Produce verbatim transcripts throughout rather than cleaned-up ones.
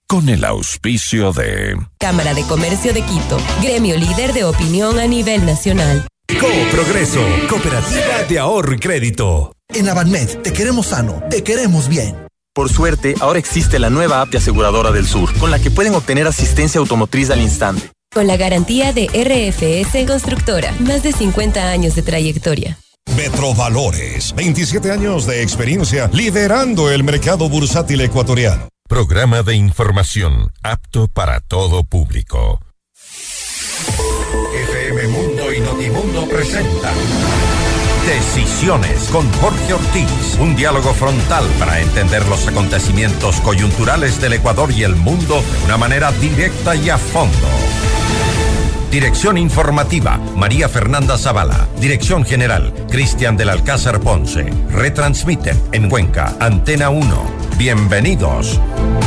con el auspicio de Cámara de Comercio de Quito, gremio líder de opinión a nivel nacional. Coprogreso, cooperativa de ahorro y crédito. En Avanmed te queremos sano, te queremos bien. Por suerte, ahora existe la nueva app de Aseguradora del Sur, con la que pueden obtener asistencia automotriz al instante. Con la garantía de R F S Constructora, más de cincuenta años de trayectoria. Metrovalores, veintisiete años de experiencia liderando el mercado bursátil ecuatoriano. Programa de información apto para todo público. F M Mundo y Notimundo presentan Decisiones con Jorge Ortiz. Un diálogo frontal para entender los acontecimientos coyunturales del Ecuador y el mundo de una manera directa y a fondo. Dirección informativa, María Fernanda Zavala. Dirección general, Cristian del Alcázar Ponce. Retransmiten en Cuenca, Antena uno. Bienvenidos.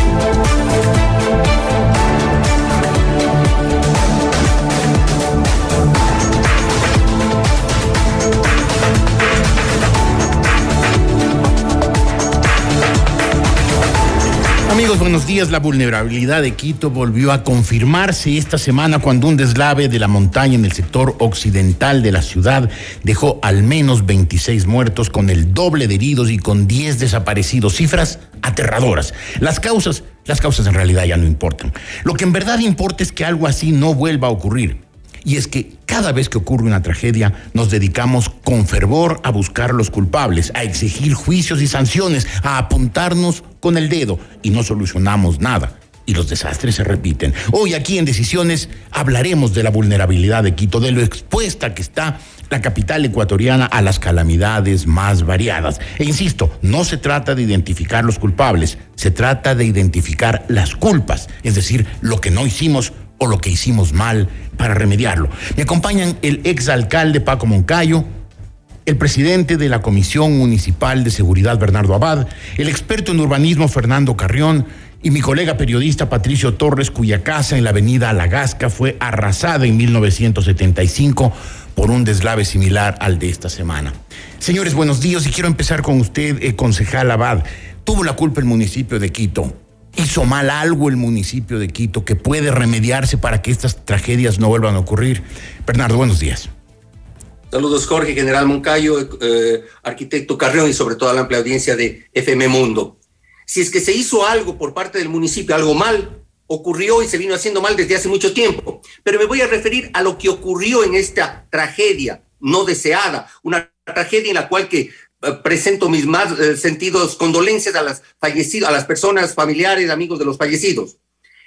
Amigos, buenos días. La vulnerabilidad de Quito volvió a confirmarse esta semana cuando un deslave de la montaña en el sector occidental de la ciudad dejó al menos veintiséis muertos, con el doble de heridos y con diez desaparecidos. Cifras aterradoras. Las causas, las causas en realidad ya no importan. Lo que en verdad importa es que algo así no vuelva a ocurrir. Y es que cada vez que ocurre una tragedia, nos dedicamos con fervor a buscar los culpables, a exigir juicios y sanciones, a apuntarnos con el dedo, y no solucionamos nada. Y los desastres se repiten. Hoy aquí en Decisiones hablaremos de la vulnerabilidad de Quito, de lo expuesta que está la capital ecuatoriana a las calamidades más variadas. E insisto, no se trata de identificar los culpables, se trata de identificar las culpas, es decir, lo que no hicimos o lo que hicimos mal para remediarlo. Me acompañan el exalcalde Paco Moncayo, el presidente de la Comisión Municipal de Seguridad Bernardo Abad, el experto en urbanismo Fernando Carrión y mi colega periodista Patricio Torres, cuya casa en la avenida Alagasca fue arrasada en mil novecientos setenta y cinco por un deslave similar al de esta semana. Señores, buenos días, y quiero empezar con usted, eh, concejal Abad. ¿Tuvo la culpa el municipio de Quito? ¿Hizo mal algo el municipio de Quito que puede remediarse para que estas tragedias no vuelvan a ocurrir? Bernardo, buenos días. Saludos, Jorge, general Moncayo, eh, arquitecto Carrión y sobre todo a la amplia audiencia de F M Mundo. Si es que se hizo algo por parte del municipio, algo mal, ocurrió y se vino haciendo mal desde hace mucho tiempo. Pero me voy a referir a lo que ocurrió en esta tragedia no deseada, una tragedia en la cual que presento mis más eh, sentidos condolencias a las fallecidas, a las personas, familiares, amigos de los fallecidos.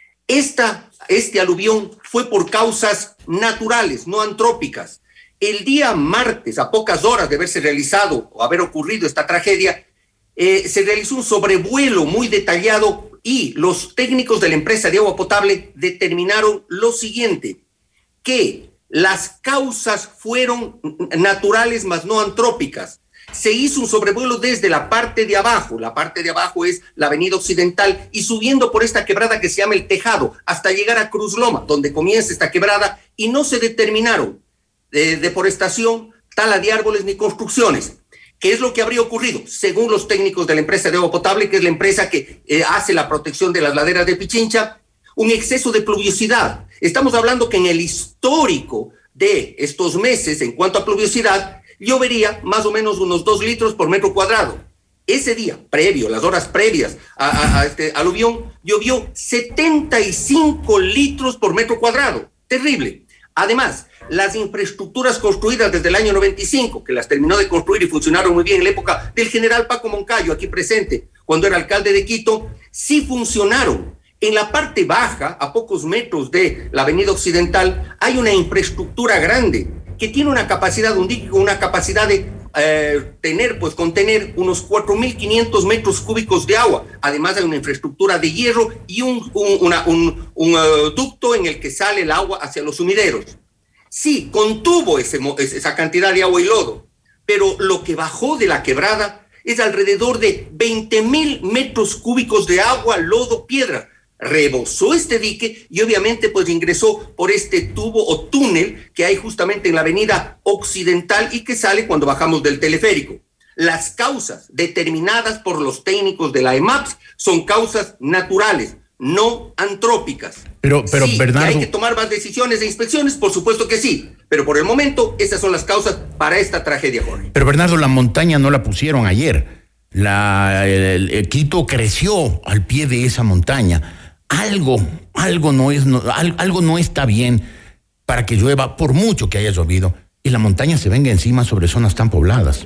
Esta, este aluvión fue por causas naturales, no antrópicas. El día martes, a pocas horas de haberse realizado o haber ocurrido esta tragedia, eh, se realizó un sobrevuelo muy detallado y los técnicos de la empresa de agua potable determinaron lo siguiente, que las causas fueron naturales, mas no antrópicas. Se hizo un sobrevuelo desde la parte de abajo, la parte de abajo es la avenida occidental, y subiendo por esta quebrada que se llama El Tejado, hasta llegar a Cruz Loma, donde comienza esta quebrada, y no se determinaron eh, deforestación, tala de árboles ni construcciones. ¿Qué es lo que habría ocurrido? Según los técnicos de la empresa de agua potable, que es la empresa que eh, hace la protección de las laderas de Pichincha, un exceso de pluviosidad. Estamos hablando que en el histórico de estos meses, en cuanto a pluviosidad, llovería más o menos unos dos litros por metro cuadrado. Ese día, previo, las horas previas a, a, a este aluvión, llovió setenta y cinco litros por metro cuadrado. Terrible. Además, las infraestructuras construidas desde el año noventa y cinco, que las terminó de construir y funcionaron muy bien en la época del general Paco Moncayo, aquí presente, cuando era alcalde de Quito, sí funcionaron. En la parte baja, a pocos metros de la avenida occidental, hay una infraestructura grande que tiene una capacidad, un dique con una capacidad de eh, tener, pues contener unos cuatro mil quinientos metros cúbicos de agua. Además hay una infraestructura de hierro y un, un, una, un, un uh, ducto en el que sale el agua hacia los sumideros. Sí, contuvo ese, esa cantidad de agua y lodo, pero lo que bajó de la quebrada es alrededor de veinte mil metros cúbicos de agua, lodo, piedra. Rebosó este dique y obviamente pues ingresó por este tubo o túnel que hay justamente en la avenida occidental y que sale cuando bajamos del teleférico. Las causas determinadas por los técnicos de la E M A P S son causas naturales, no antrópicas. Pero, pero sí, Bernardo... ¿que hay que tomar más decisiones de inspecciones? Por supuesto que sí, pero por el momento esas son las causas para esta tragedia, Jorge. Pero Bernardo, la montaña no la pusieron ayer. La, el, el Quito creció al pie de esa montaña. Algo, algo no es, no, algo no está bien para que llueva, por mucho que haya llovido, y la montaña se venga encima sobre zonas tan pobladas.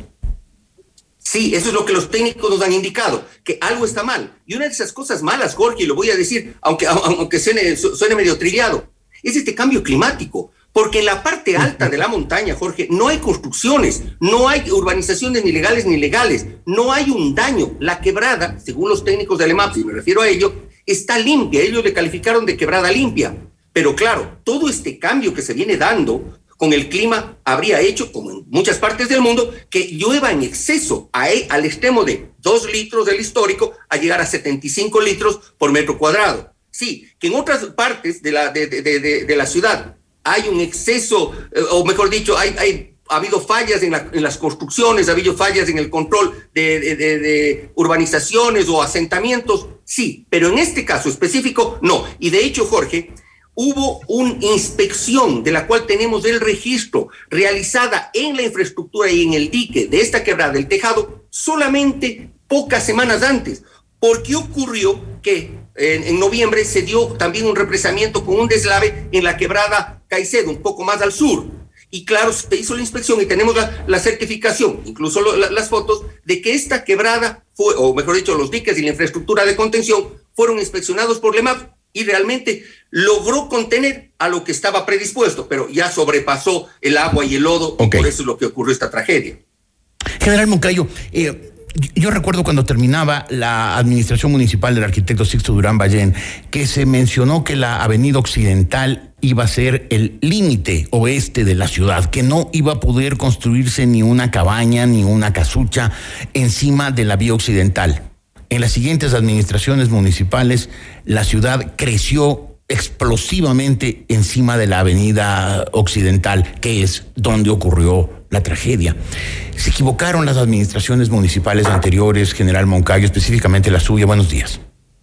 Sí, eso es lo que los técnicos nos han indicado, que algo está mal. Y una de esas cosas malas, Jorge, y lo voy a decir, aunque, aunque suene, suene medio trillado, es este cambio climático. Porque en la parte alta de la montaña, Jorge, no hay construcciones, no hay urbanizaciones ni legales ni ilegales, no hay un daño. La quebrada, según los técnicos de Alemap, si me refiero a ello, está limpia. Ellos le calificaron de quebrada limpia. Pero claro, todo este cambio que se viene dando con el clima habría hecho, como en muchas partes del mundo, que llueva en exceso a, al extremo de dos litros del histórico a llegar a setenta y cinco litros por metro cuadrado. Sí, que en otras partes de la, de, de, de, de la ciudad hay un exceso, eh, o mejor dicho, hay, hay, ha habido fallas en, la, en las construcciones, ha habido fallas en el control de, de, de, de urbanizaciones o asentamientos, sí, pero en este caso específico, no. Y de hecho, Jorge, hubo una inspección de la cual tenemos el registro realizada en la infraestructura y en el dique de esta quebrada del Tejado solamente pocas semanas antes. Porque ocurrió que en, en noviembre se dio también un represamiento con un deslave en la quebrada Caicedo, un poco más al sur. Y claro, se hizo la inspección y tenemos la, la certificación, incluso lo, la, las fotos, de que esta quebrada fue, o mejor dicho, los diques y la infraestructura de contención fueron inspeccionados por LEMAP y realmente logró contener a lo que estaba predispuesto, pero ya sobrepasó el agua y el lodo, okay. Y por eso es lo que ocurrió esta tragedia. General Moncayo, eh, yo recuerdo cuando terminaba la administración municipal del arquitecto Sixto Durán Ballén, que se mencionó que la avenida Occidental iba a ser el límite oeste de la ciudad, que no iba a poder construirse ni una cabaña ni una casucha encima de la vía occidental. En las siguientes administraciones municipales, la ciudad creció explosivamente encima de la avenida Occidental, que es donde ocurrió la tragedia. ¿Se equivocaron las administraciones municipales anteriores, General Moncayo, específicamente la suya? Buenos días.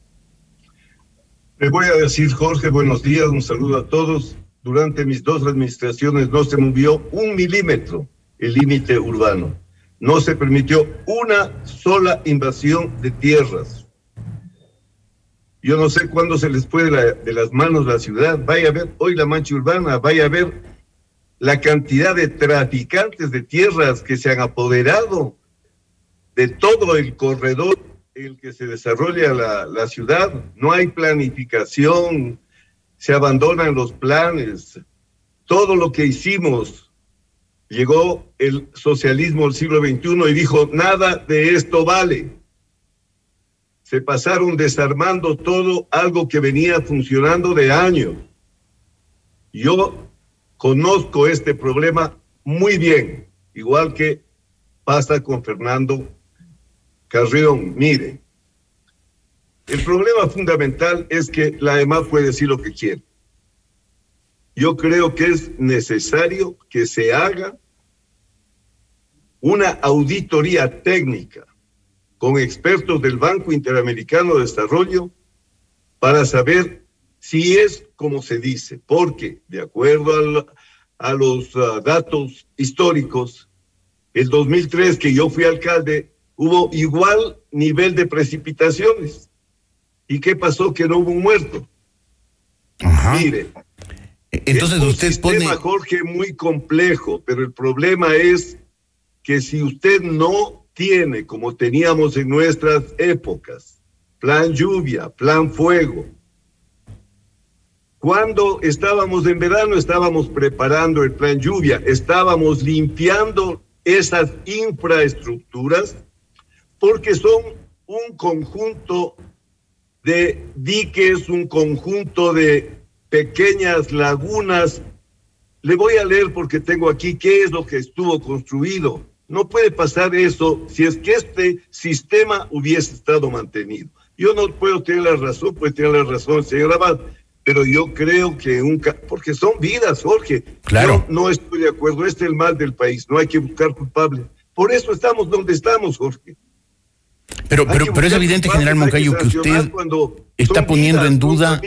Le voy a decir, Jorge, buenos días, un saludo a todos. Durante mis dos administraciones no se movió un milímetro el límite urbano. No se permitió una sola invasión de tierras. Yo no sé cuándo se les fue de, la, de las manos la ciudad. Vaya a ver hoy la mancha urbana, vaya a ver la cantidad de traficantes de tierras que se han apoderado de todo el corredor en el que se desarrolla la, la ciudad. No hay planificación, se abandonan los planes. Todo lo que hicimos, llegó el socialismo del siglo veintiuno y dijo, nada de esto vale. Se pasaron desarmando todo, algo que venía funcionando de años. Yo conozco este problema muy bien, igual que pasa con Fernando Carrión. Mire, el problema fundamental es que la E M A P puede decir lo que quiere. Yo creo que es necesario que se haga una auditoría técnica con expertos del Banco Interamericano de Desarrollo para saber si es como se dice, porque de acuerdo al, a los uh, datos históricos, el dos mil tres que yo fui alcalde, hubo igual nivel de precipitaciones. ¿Y qué pasó? Que no hubo un muerto. Ajá. Mire, entonces es un usted sistema, pone... Jorge, muy complejo, pero el problema es que si usted no tiene, como teníamos en nuestras épocas, plan lluvia, plan fuego, cuando estábamos en verano estábamos preparando el plan lluvia, estábamos limpiando esas infraestructuras porque son un conjunto de diques, un conjunto de pequeñas lagunas. Le voy a leer porque tengo aquí qué es lo que estuvo construido. No puede pasar eso si es que este sistema hubiese estado mantenido. Yo no puedo tener la razón, puede tener la razón, señor Abad, pero yo creo que un... porque son vidas, Jorge. Claro. Yo no estoy de acuerdo, este es el mal del país, no hay que buscar culpables. Por eso estamos donde estamos, Jorge. Pero, pero, pero es evidente, general Moncayo, que usted está poniendo en duda,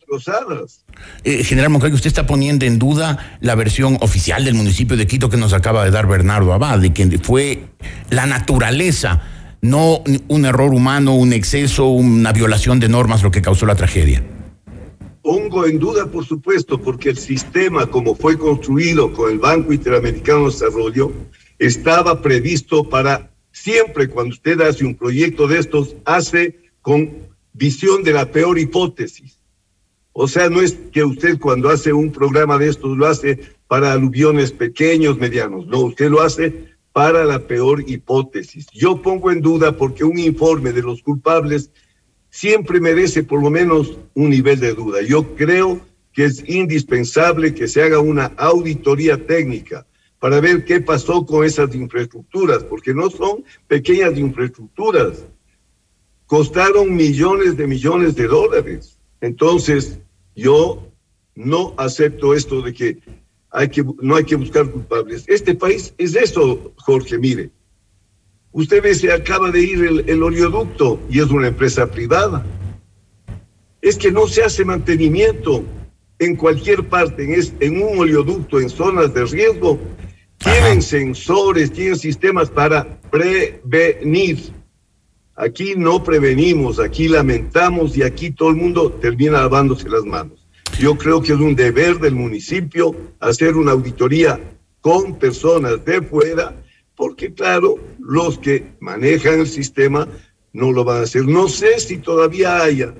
eh, general Moncayo, usted está poniendo en duda la versión oficial del municipio de Quito que nos acaba de dar Bernardo Abad, de que fue la naturaleza, no un error humano, un exceso, una violación de normas lo que causó la tragedia. Pongo en duda, por supuesto, porque el sistema, como fue construido con el Banco Interamericano de Desarrollo, estaba previsto para siempre. Cuando usted hace un proyecto de estos, hace con visión de la peor hipótesis. O sea, no es que usted cuando hace un programa de estos lo hace para aluviones pequeños, medianos. No, usted lo hace para la peor hipótesis. Yo pongo en duda porque un informe de los culpables siempre merece por lo menos un nivel de duda. Yo creo que es indispensable que se haga una auditoría técnica para ver qué pasó con esas infraestructuras, porque no son pequeñas infraestructuras. Costaron millones de millones de dólares. Entonces, yo no acepto esto de que, hay que no hay que buscar culpables. Este país es eso, Jorge, mire. Usted ve, se acaba de ir el, el oleoducto y es una empresa privada. Es que no se hace mantenimiento en cualquier parte, en, es, en un oleoducto, en zonas de riesgo. Tienen sensores, tienen sistemas para prevenir. Aquí no prevenimos, aquí lamentamos y aquí todo el mundo termina lavándose las manos. Yo creo que es un deber del municipio hacer una auditoría con personas de fuera, porque claro, los que manejan el sistema no lo van a hacer. No sé si todavía haya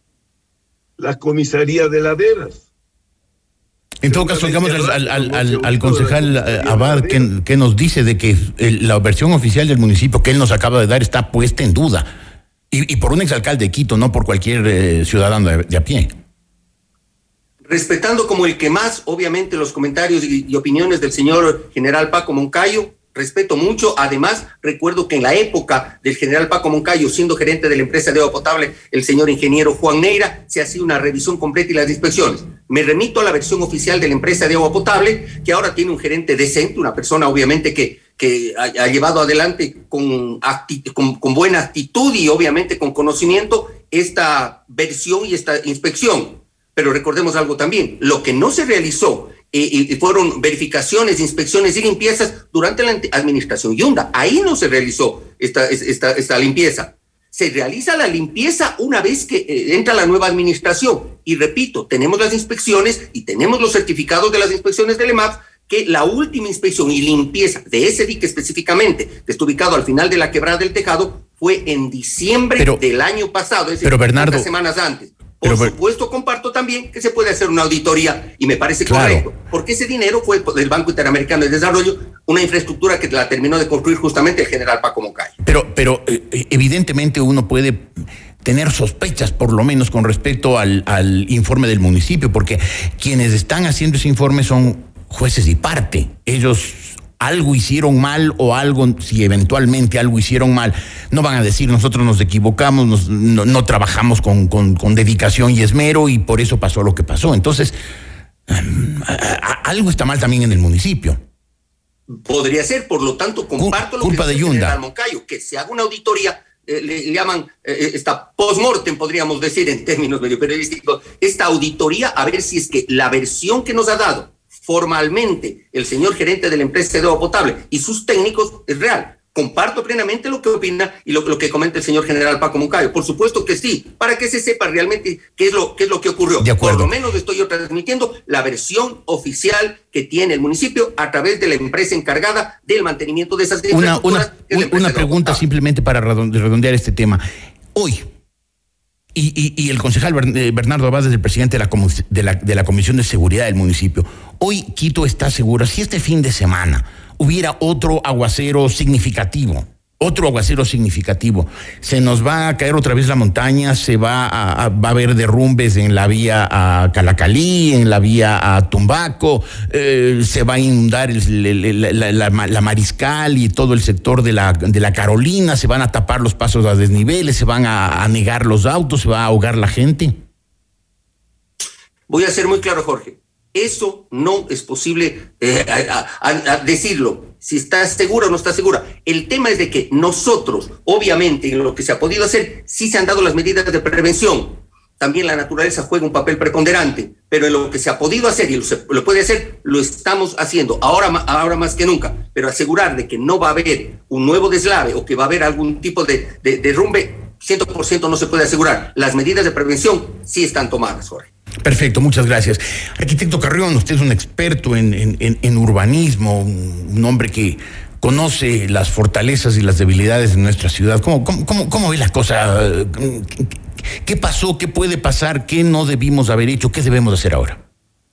la comisaría de laderas. En todo caso, digamos al, al, al, al concejal Abad, que, que nos dice de que el, la versión oficial del municipio que él nos acaba de dar está puesta en duda. Y, y por un exalcalde de Quito, no por cualquier eh, ciudadano de, de a pie. Respetando como el que más, obviamente, los comentarios y, y opiniones del señor general Paco Moncayo, respeto mucho. Además, recuerdo que en la época del general Paco Moncayo, siendo gerente de la empresa de agua potable, el señor ingeniero Juan Neira, se hacía una revisión completa y las inspecciones. Me remito a la versión oficial de la empresa de agua potable, que ahora tiene un gerente decente, una persona obviamente que, que ha, ha llevado adelante con, acti- con, con buena actitud y obviamente con conocimiento esta versión y esta inspección. Pero recordemos algo también, lo que no se realizó y, y fueron verificaciones, inspecciones y limpiezas durante la administración Yunda. Ahí no se realizó esta, esta, esta limpieza. Se realiza la limpieza una vez que eh, entra la nueva administración. Y repito, tenemos las inspecciones y tenemos los certificados de las inspecciones del E M A F, que la última inspección y limpieza de ese dique específicamente, que está ubicado al final de la Quebrada del Tejado, fue en diciembre pero, del año pasado, es decir, pero Bernardo, unas semanas antes. Por Pero, supuesto, comparto también que se puede hacer una auditoría y me parece claro. correcto, porque ese dinero fue del Banco Interamericano de Desarrollo, una infraestructura que la terminó de construir justamente el general Paco Moncayo. Pero, pero eh, evidentemente uno puede tener sospechas, por lo menos con respecto al, al informe del municipio, porque quienes están haciendo ese informe son jueces y parte. Ellos algo hicieron mal o algo, si eventualmente algo hicieron mal, no van a decir nosotros nos equivocamos, nos, no, no trabajamos con, con, con dedicación y esmero y por eso pasó lo que pasó. Entonces, um, a, a, algo está mal también en el municipio. Podría ser, por lo tanto, comparto Cul- culpa lo que dice el Yunda. general Moncayo, que se haga una auditoría, eh, le, le llaman eh, esta post-mortem, podríamos decir en términos medio periodísticos, esta auditoría a ver si es que la versión que nos ha dado formalmente el señor gerente de la empresa de agua potable y sus técnicos es real. Comparto plenamente lo que opina y lo, lo que comenta el señor general Paco Moncayo. Por supuesto que sí, para que se sepa realmente qué es lo, qué es lo que ocurrió. De acuerdo. Por lo menos estoy yo transmitiendo la versión oficial que tiene el municipio a través de la empresa encargada del mantenimiento de esas una, infraestructuras. Una, una, una pregunta simplemente para redondear este tema. Hoy, Y, y, y el concejal Bernardo Abad es el presidente de la, de, la, de la Comisión de Seguridad del municipio. Hoy Quito está seguro, si este fin de semana hubiera otro aguacero significativo, otro aguacero significativo, se nos va a caer otra vez la montaña, se va a, a, va a haber derrumbes en la vía a Calacalí, en la vía a Tumbaco, eh, se va a inundar el, el, la, la, la, la Mariscal y todo el sector de la, de la Carolina, se van a tapar los pasos a desniveles, se van a, a negar los autos, se va a ahogar la gente. Voy a ser muy claro, Jorge. Eso no es posible eh, a, a, a decirlo. si está segura o no está segura. El tema es de que nosotros, obviamente, en lo que se ha podido hacer, sí se han dado las medidas de prevención. También la naturaleza juega un papel preponderante, pero en lo que se ha podido hacer y lo, se, lo puede hacer, lo estamos haciendo, ahora, ahora más que nunca. Pero asegurar de que no va a haber un nuevo deslave o que va a haber algún tipo de, de, de derrumbe, cien por ciento no se puede asegurar. Las medidas de prevención sí están tomadas, Jorge. Perfecto, muchas gracias. Arquitecto Carrión, usted es un experto en, en, en urbanismo, un hombre que conoce las fortalezas y las debilidades de nuestra ciudad. ¿Cómo, cómo, cómo, cómo ve la cosa? ¿Qué pasó? ¿Qué puede pasar? ¿Qué no debimos haber hecho? ¿Qué debemos hacer ahora?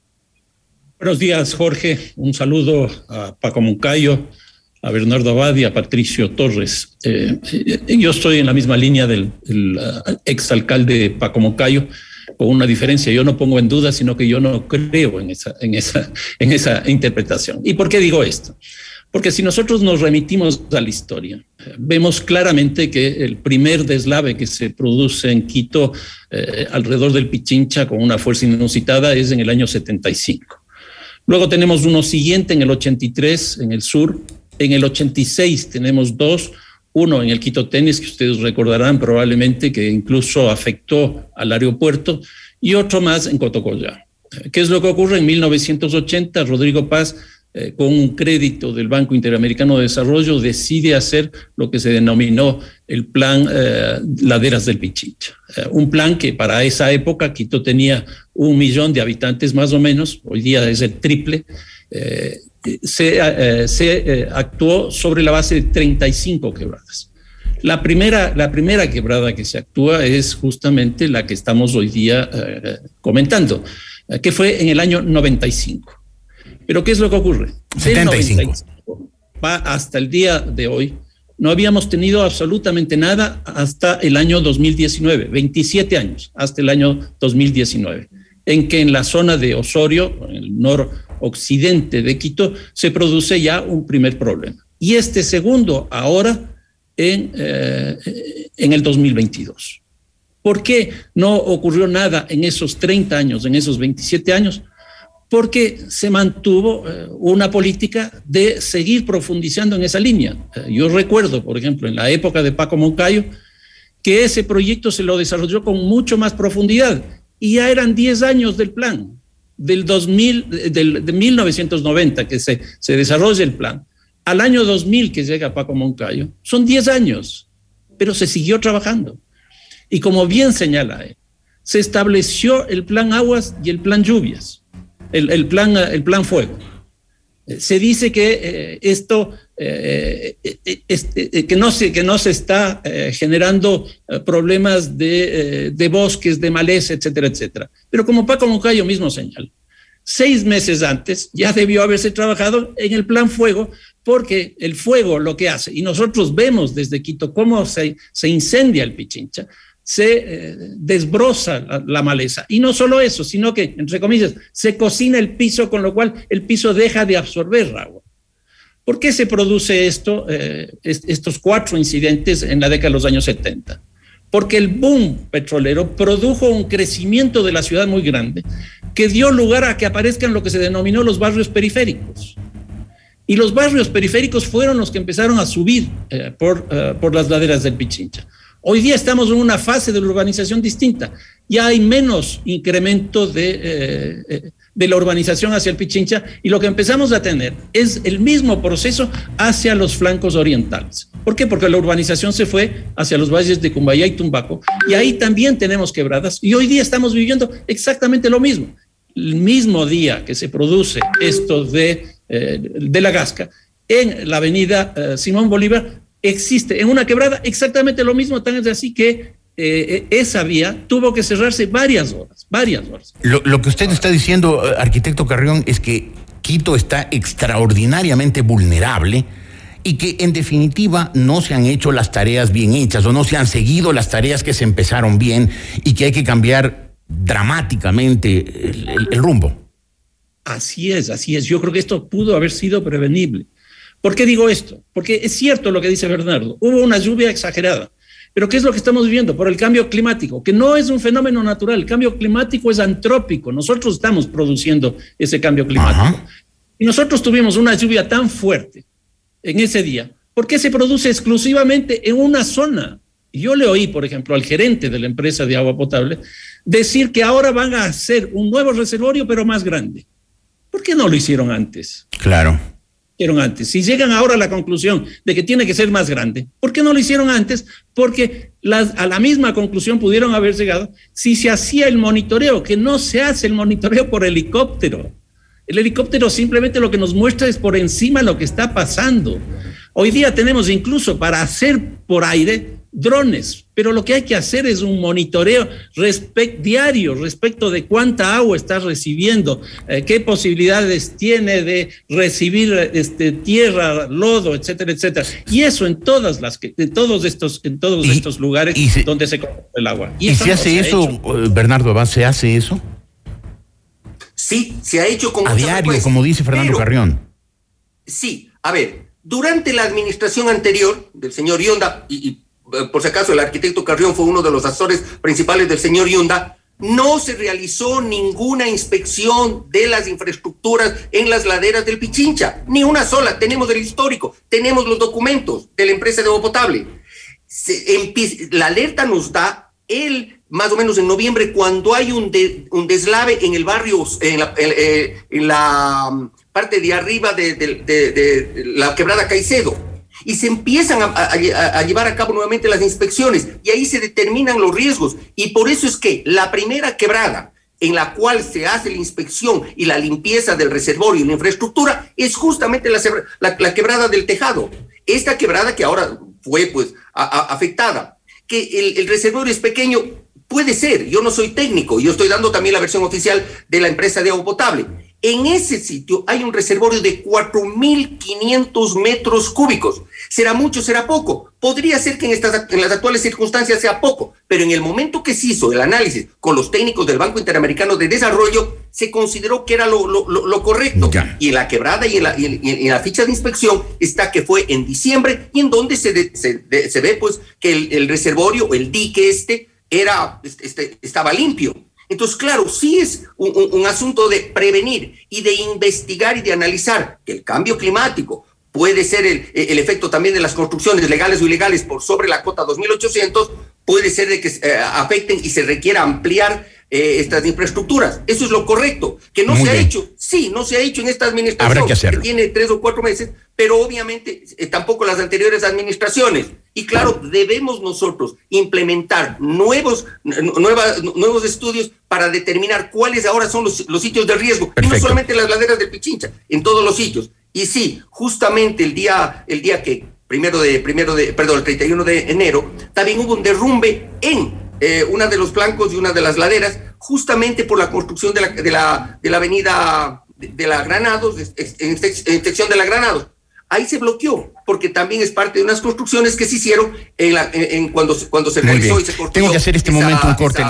Buenos días, Jorge. Un saludo a Paco Moncayo, a Bernardo Abad y a Patricio Torres. Eh, yo estoy en la misma línea del, del uh, exalcalde Paco Moncayo, con una diferencia. Yo no pongo en duda, sino que yo no creo en esa, en esa, en esa interpretación. ¿Y por qué digo esto? Porque si nosotros nos remitimos a la historia, vemos claramente que el primer deslave que se produce en Quito eh, alrededor del Pichincha con una fuerza inusitada es en el año setenta y cinco. Luego tenemos uno siguiente en el ochenta y tres en el sur. En el ochenta y seis tenemos dos, uno en el Quito Tenis, que ustedes recordarán probablemente que incluso afectó al aeropuerto, y otro más en Cotocollá. ¿Qué es lo que ocurre? En mil novecientos ochenta, Rodrigo Paz, Eh, con un crédito del Banco Interamericano de Desarrollo, decide hacer lo que se denominó el plan eh, Laderas del Pichincha. Eh, un plan que para esa época Quito tenía un millón de habitantes más o menos, hoy día es el triple. Eh, se eh, se eh, actuó sobre la base de treinta y cinco quebradas. La primera, la primera quebrada que se actúa es justamente la que estamos hoy día eh, comentando, eh, que fue en el año noventa y cinco. Pero ¿qué es lo que ocurre? setenta y cinco. Va hasta el día de hoy. No habíamos tenido absolutamente nada hasta el año dos mil diecinueve, veintisiete años, hasta el año dos mil diecinueve, en que en la zona de Osorio, en el noroccidente de Quito, se produce ya un primer problema. Y este segundo ahora en, eh, en el dos mil veintidós. ¿Por qué no ocurrió nada en esos treinta años, en esos veintisiete años? Porque se mantuvo eh, una política de seguir profundizando en esa línea. Eh, yo recuerdo, por ejemplo, en la época de Paco Moncayo, que ese proyecto se lo desarrolló con mucho más profundidad, y ya eran diez años del plan, del dos mil, del, de mil novecientos noventa que se, se desarrolla el plan, al año dos mil que llega Paco Moncayo, son diez años, pero se siguió trabajando. Y como bien señala él, se estableció el plan aguas y el plan lluvias. El, el, plan, el plan fuego. Se dice que eh, esto, eh, eh, eh, que, no se, que no se está eh, generando eh, problemas de, eh, de bosques, de maleza, etcétera, etcétera. Pero como Paco Moncayo mismo señala, seis meses antes ya debió haberse trabajado en el plan fuego, porque el fuego lo que hace, y nosotros vemos desde Quito cómo se, se incendia el Pichincha, se eh, desbroza la, la maleza. Y no solo eso, sino que, entre comillas, se cocina el piso, con lo cual el piso deja de absorber agua. ¿Por qué se produce esto, eh, est- estos cuatro incidentes en la década de los años setenta? Porque el boom petrolero produjo un crecimiento de la ciudad muy grande que dio lugar a que aparezcan lo que se denominó los barrios periféricos. Y los barrios periféricos fueron los que empezaron a subir eh, por, uh, por las laderas del Pichincha. Hoy día estamos en una fase de la urbanización distinta. Ya hay menos incremento de, eh, de la urbanización hacia el Pichincha, y lo que empezamos a tener es el mismo proceso hacia los flancos orientales. ¿Por qué? Porque la urbanización se fue hacia los valles de Cumbayá y Tumbaco, y ahí también tenemos quebradas, y hoy día estamos viviendo exactamente lo mismo. El mismo día que se produce esto de, eh, de la Gasca, en la avenida eh, Simón Bolívar, existe en una quebrada exactamente lo mismo, tan es así que eh, esa vía tuvo que cerrarse varias horas, varias horas. Lo, lo que usted está diciendo, arquitecto Carrión, es que Quito está extraordinariamente vulnerable y que en definitiva no se han hecho las tareas bien hechas, o no se han seguido las tareas que se empezaron bien, y que hay que cambiar dramáticamente el, el, el rumbo. Así es, así es. Yo creo que esto pudo haber sido prevenible. ¿Por qué digo esto? Porque es cierto lo que dice Bernardo, hubo una lluvia exagerada, pero ¿qué es lo que estamos viviendo? Por el cambio climático, que no es un fenómeno natural, el cambio climático es antrópico, nosotros estamos produciendo ese cambio climático. Ajá. Y nosotros tuvimos una lluvia tan fuerte en ese día, porque se produce exclusivamente en una zona. Yo le oí, por ejemplo, al gerente de la empresa de agua potable decir que ahora van a hacer un nuevo reservorio, pero más grande. ¿Por qué no lo hicieron antes? Claro. Hicieron antes. Si llegan ahora a la conclusión de que tiene que ser más grande, ¿por qué no lo hicieron antes? Porque las, a la misma conclusión pudieron haber llegado si se hacía el monitoreo, que no se hace el monitoreo por helicóptero. El helicóptero simplemente lo que nos muestra es por encima lo que está pasando. Hoy día tenemos incluso para hacer por aire drones, pero lo que hay que hacer es un monitoreo respect, diario respecto de cuánta agua está recibiendo, eh, qué posibilidades tiene de recibir este, tierra, lodo, etcétera, etcétera. Y eso en todas las que, en todos estos, en todos y, estos lugares se, donde se compra el agua. ¿Y, ¿y se hace no se eso, hecho. Bernardo Abad, se hace eso? Sí, se ha hecho con a diario, frecuencia, como dice Fernando pero, Carrión. Sí, a ver, durante la administración anterior del señor Yonda, y, y por si acaso el arquitecto Carrión fue uno de los asesores principales del señor Yonda, no se realizó ninguna inspección de las infraestructuras en las laderas del Pichincha, ni una sola. Tenemos el histórico, tenemos los documentos de la empresa de agua potable. Se, la alerta nos da el más o menos en noviembre, cuando hay un, de, un deslave en el barrio, en la, en, en la parte de arriba de, de, de, de la quebrada Caicedo, y se empiezan a, a, a llevar a cabo nuevamente las inspecciones, y ahí se determinan los riesgos, y por eso es que la primera quebrada en la cual se hace la inspección y la limpieza del reservorio y la infraestructura es justamente la, la, la quebrada del Tejado, esta quebrada que ahora fue pues a, a, afectada, que el, el reservorio es pequeño. Puede ser, yo no soy técnico, yo estoy dando también la versión oficial de la empresa de agua potable. En ese sitio hay un reservorio de cuatro mil quinientos metros cúbicos. ¿Será mucho, será poco? Podría ser que en, estas, en las actuales circunstancias sea poco, pero en el momento que se hizo el análisis con los técnicos del Banco Interamericano de Desarrollo, se consideró que era lo, lo, lo, lo correcto. Ya. Y en la quebrada y en la, y, en, y en la ficha de inspección está que fue en diciembre, y en donde se, de, se, de, se ve pues que el, el reservorio, el dique este, Era, este, estaba limpio. Entonces, claro, sí es un, un, un asunto de prevenir y de investigar y de analizar que el cambio climático puede ser el, el efecto también de las construcciones legales o ilegales por sobre la cota dos mil ochocientos, puede ser de que eh, afecten y se requiera ampliar eh, estas infraestructuras. Eso es lo correcto. Que no Muy se bien. ha hecho, sí, no se ha hecho en esta administración. Habrá que hacerlo. Que tiene tres o cuatro meses, pero obviamente eh, tampoco las anteriores administraciones. Y claro, debemos nosotros implementar nuevos, nuevas, nuevos estudios para determinar cuáles ahora son los, los sitios de riesgo. Perfecto. Y no solamente las laderas del Pichincha, en todos los sitios. Y sí, justamente el día, el día que, primero de, primero de, perdón, el treinta y uno de enero, también hubo un derrumbe en eh, una de los flancos y una de las laderas, justamente por la construcción de la, de la, de la avenida de, de la Granados, en sección de la Granados. Ahí se bloqueó, porque también es parte de unas construcciones que se hicieron en, la, en, en cuando, cuando se realizó y se construyó. Tengo que hacer este esa, momento un corte.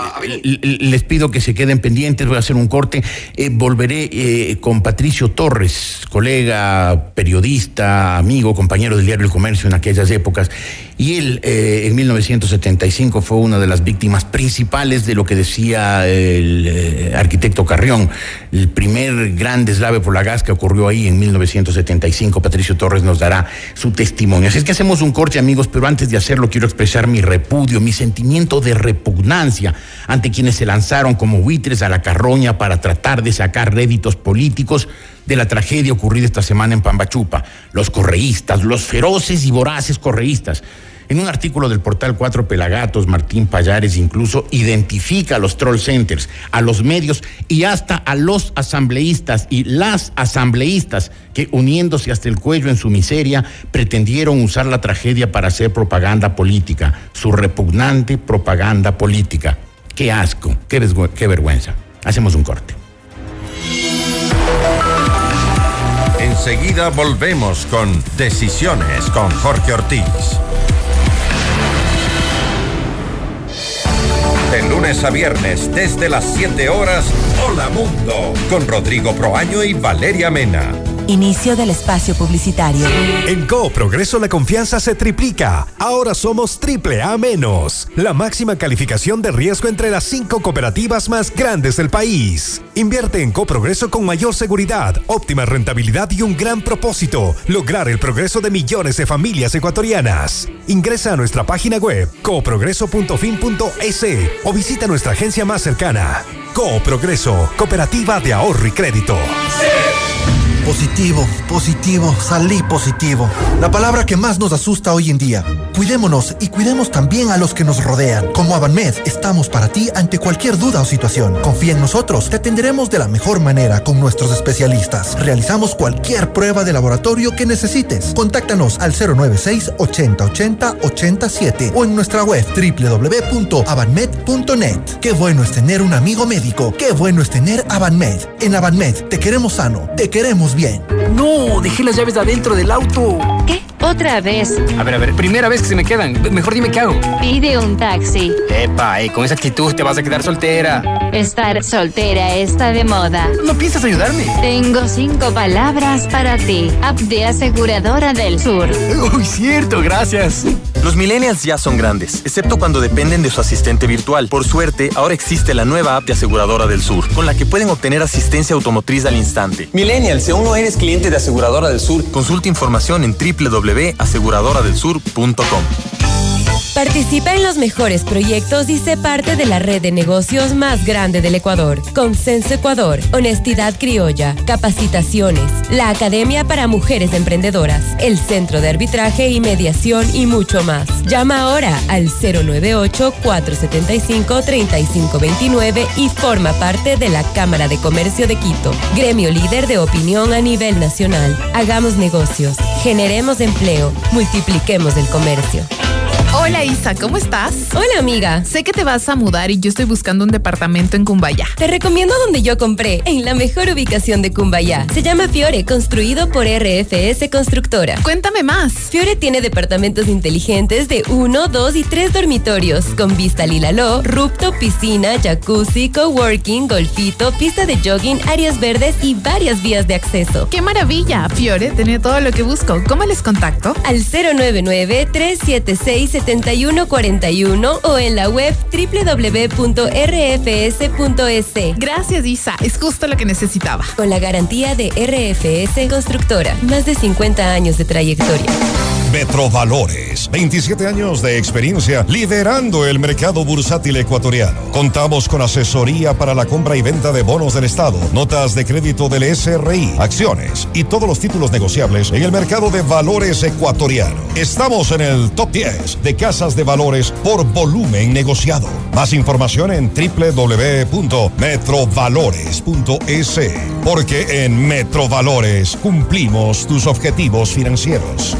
Les, les pido que se queden pendientes. Voy a hacer un corte. Eh, volveré eh, con Patricio Torres, colega, periodista, amigo, compañero del diario El Comercio en aquellas épocas. Y él, eh, en mil novecientos setenta y cinco, fue una de las víctimas principales de lo que decía el eh, arquitecto Carrión. El primer gran deslave por la gas que ocurrió ahí en mil novecientos setenta y cinco. Patricio Torres nos dará su testimonio. Así es que hacemos un corte, amigos, pero antes de hacerlo quiero expresar mi repudio, mi sentimiento de repugnancia ante quienes se lanzaron como buitres a la carroña para tratar de sacar réditos políticos de la tragedia ocurrida esta semana en Pambachupa. Los correístas, los feroces y voraces correístas. En un artículo del portal Cuatro Pelagatos, Martín Pallares incluso identifica a los troll centers, a los medios y hasta a los asambleístas y las asambleístas que, uniéndose hasta el cuello en su miseria, pretendieron usar la tragedia para hacer propaganda política, su repugnante propaganda política. ¡Qué asco! ¡Qué, desgu- qué vergüenza! Hacemos un corte. Enseguida volvemos con Decisiones con Jorge Ortiz. De lunes a viernes, desde las siete horas, Hola Mundo, con Rodrigo Proaño y Valeria Mena. Inicio del espacio publicitario. En Coop Progreso la confianza se triplica. Ahora somos triple A menos. La máxima calificación de riesgo entre las cinco cooperativas más grandes del país. Invierte en Coop Progreso con mayor seguridad, óptima rentabilidad y un gran propósito: lograr el progreso de millones de familias ecuatorianas. Ingresa a nuestra página web cooprogreso punto fin punto es o visita nuestra agencia más cercana. Coop Progreso, Cooperativa de Ahorro y Crédito. Positivo, positivo, salí positivo. La palabra que más nos asusta hoy en día. Cuidémonos y cuidemos también a los que nos rodean. Como Avanmed, estamos para ti ante cualquier duda o situación. Confía en nosotros, te atenderemos de la mejor manera con nuestros especialistas. Realizamos cualquier prueba de laboratorio que necesites. Contáctanos al cero nueve seis, ochenta, ochenta, ochenta y siete o en nuestra web doble u doble u doble u punto avanmed punto net. Qué bueno es tener un amigo médico. Qué bueno es tener Avanmed. En Avanmed te queremos sano, te queremos bien. No, dejé las llaves adentro del auto. ¿Qué? ¿Otra vez? A ver, a ver, primera vez que se me quedan. Mejor dime qué hago. Pide un taxi. Epa, eh, con esa actitud te vas a quedar soltera. Estar soltera está de moda. ¿No piensas ayudarme? Tengo cinco palabras para ti. App de Aseguradora del Sur. Uy, cierto, gracias. Los millennials ya son grandes, excepto cuando dependen de su asistente virtual. Por suerte, ahora existe la nueva app de Aseguradora del Sur, con la que pueden obtener asistencia automotriz al instante. Millennial, si aún no eres cliente de Aseguradora del Sur, consulta información en doble u doble u doble u punto aseguradora del sur punto com. Participa en los mejores proyectos y sé parte de la red de negocios más grande del Ecuador. Consenso Ecuador, Honestidad Criolla, Capacitaciones, la Academia para Mujeres Emprendedoras, el Centro de Arbitraje y Mediación y mucho más. Llama ahora al cero nueve ocho, cuatro siete cinco, tres cinco dos nueve y forma parte de la Cámara de Comercio de Quito, gremio líder de opinión a nivel nacional. Hagamos negocios, generemos empleo, multipliquemos el comercio. Hola Isa, ¿cómo estás? Hola amiga. Sé que te vas a mudar y yo estoy buscando un departamento en Cumbayá. Te recomiendo donde yo compré, en la mejor ubicación de Cumbayá. Se llama Fiore, construido por R F S Constructora. Cuéntame más. Fiore tiene departamentos inteligentes de uno, dos y tres dormitorios, con vista al Ilaló, rooftop, piscina, jacuzzi, coworking, golfito, pista de jogging, áreas verdes y varias vías de acceso. ¡Qué maravilla! Fiore tiene todo lo que busco. ¿Cómo les contacto? Al cero nueve nueve, tres siete seis, siete uno cuatro uno o en la web doble u doble u doble u punto r f s punto es. Gracias Isa, es justo lo que necesitaba. Con la garantía de R F S Constructora, más de cincuenta años de trayectoria. Metrovalores, veintisiete años de experiencia liderando el mercado bursátil ecuatoriano. Contamos con asesoría para la compra y venta de bonos del Estado, notas de crédito del S R I, acciones y todos los títulos negociables en el mercado de valores ecuatoriano. Estamos en el top diez de casas de valores por volumen negociado. Más información en doble u doble u doble u punto metrovalores punto es, porque en Metrovalores cumplimos tus objetivos financieros.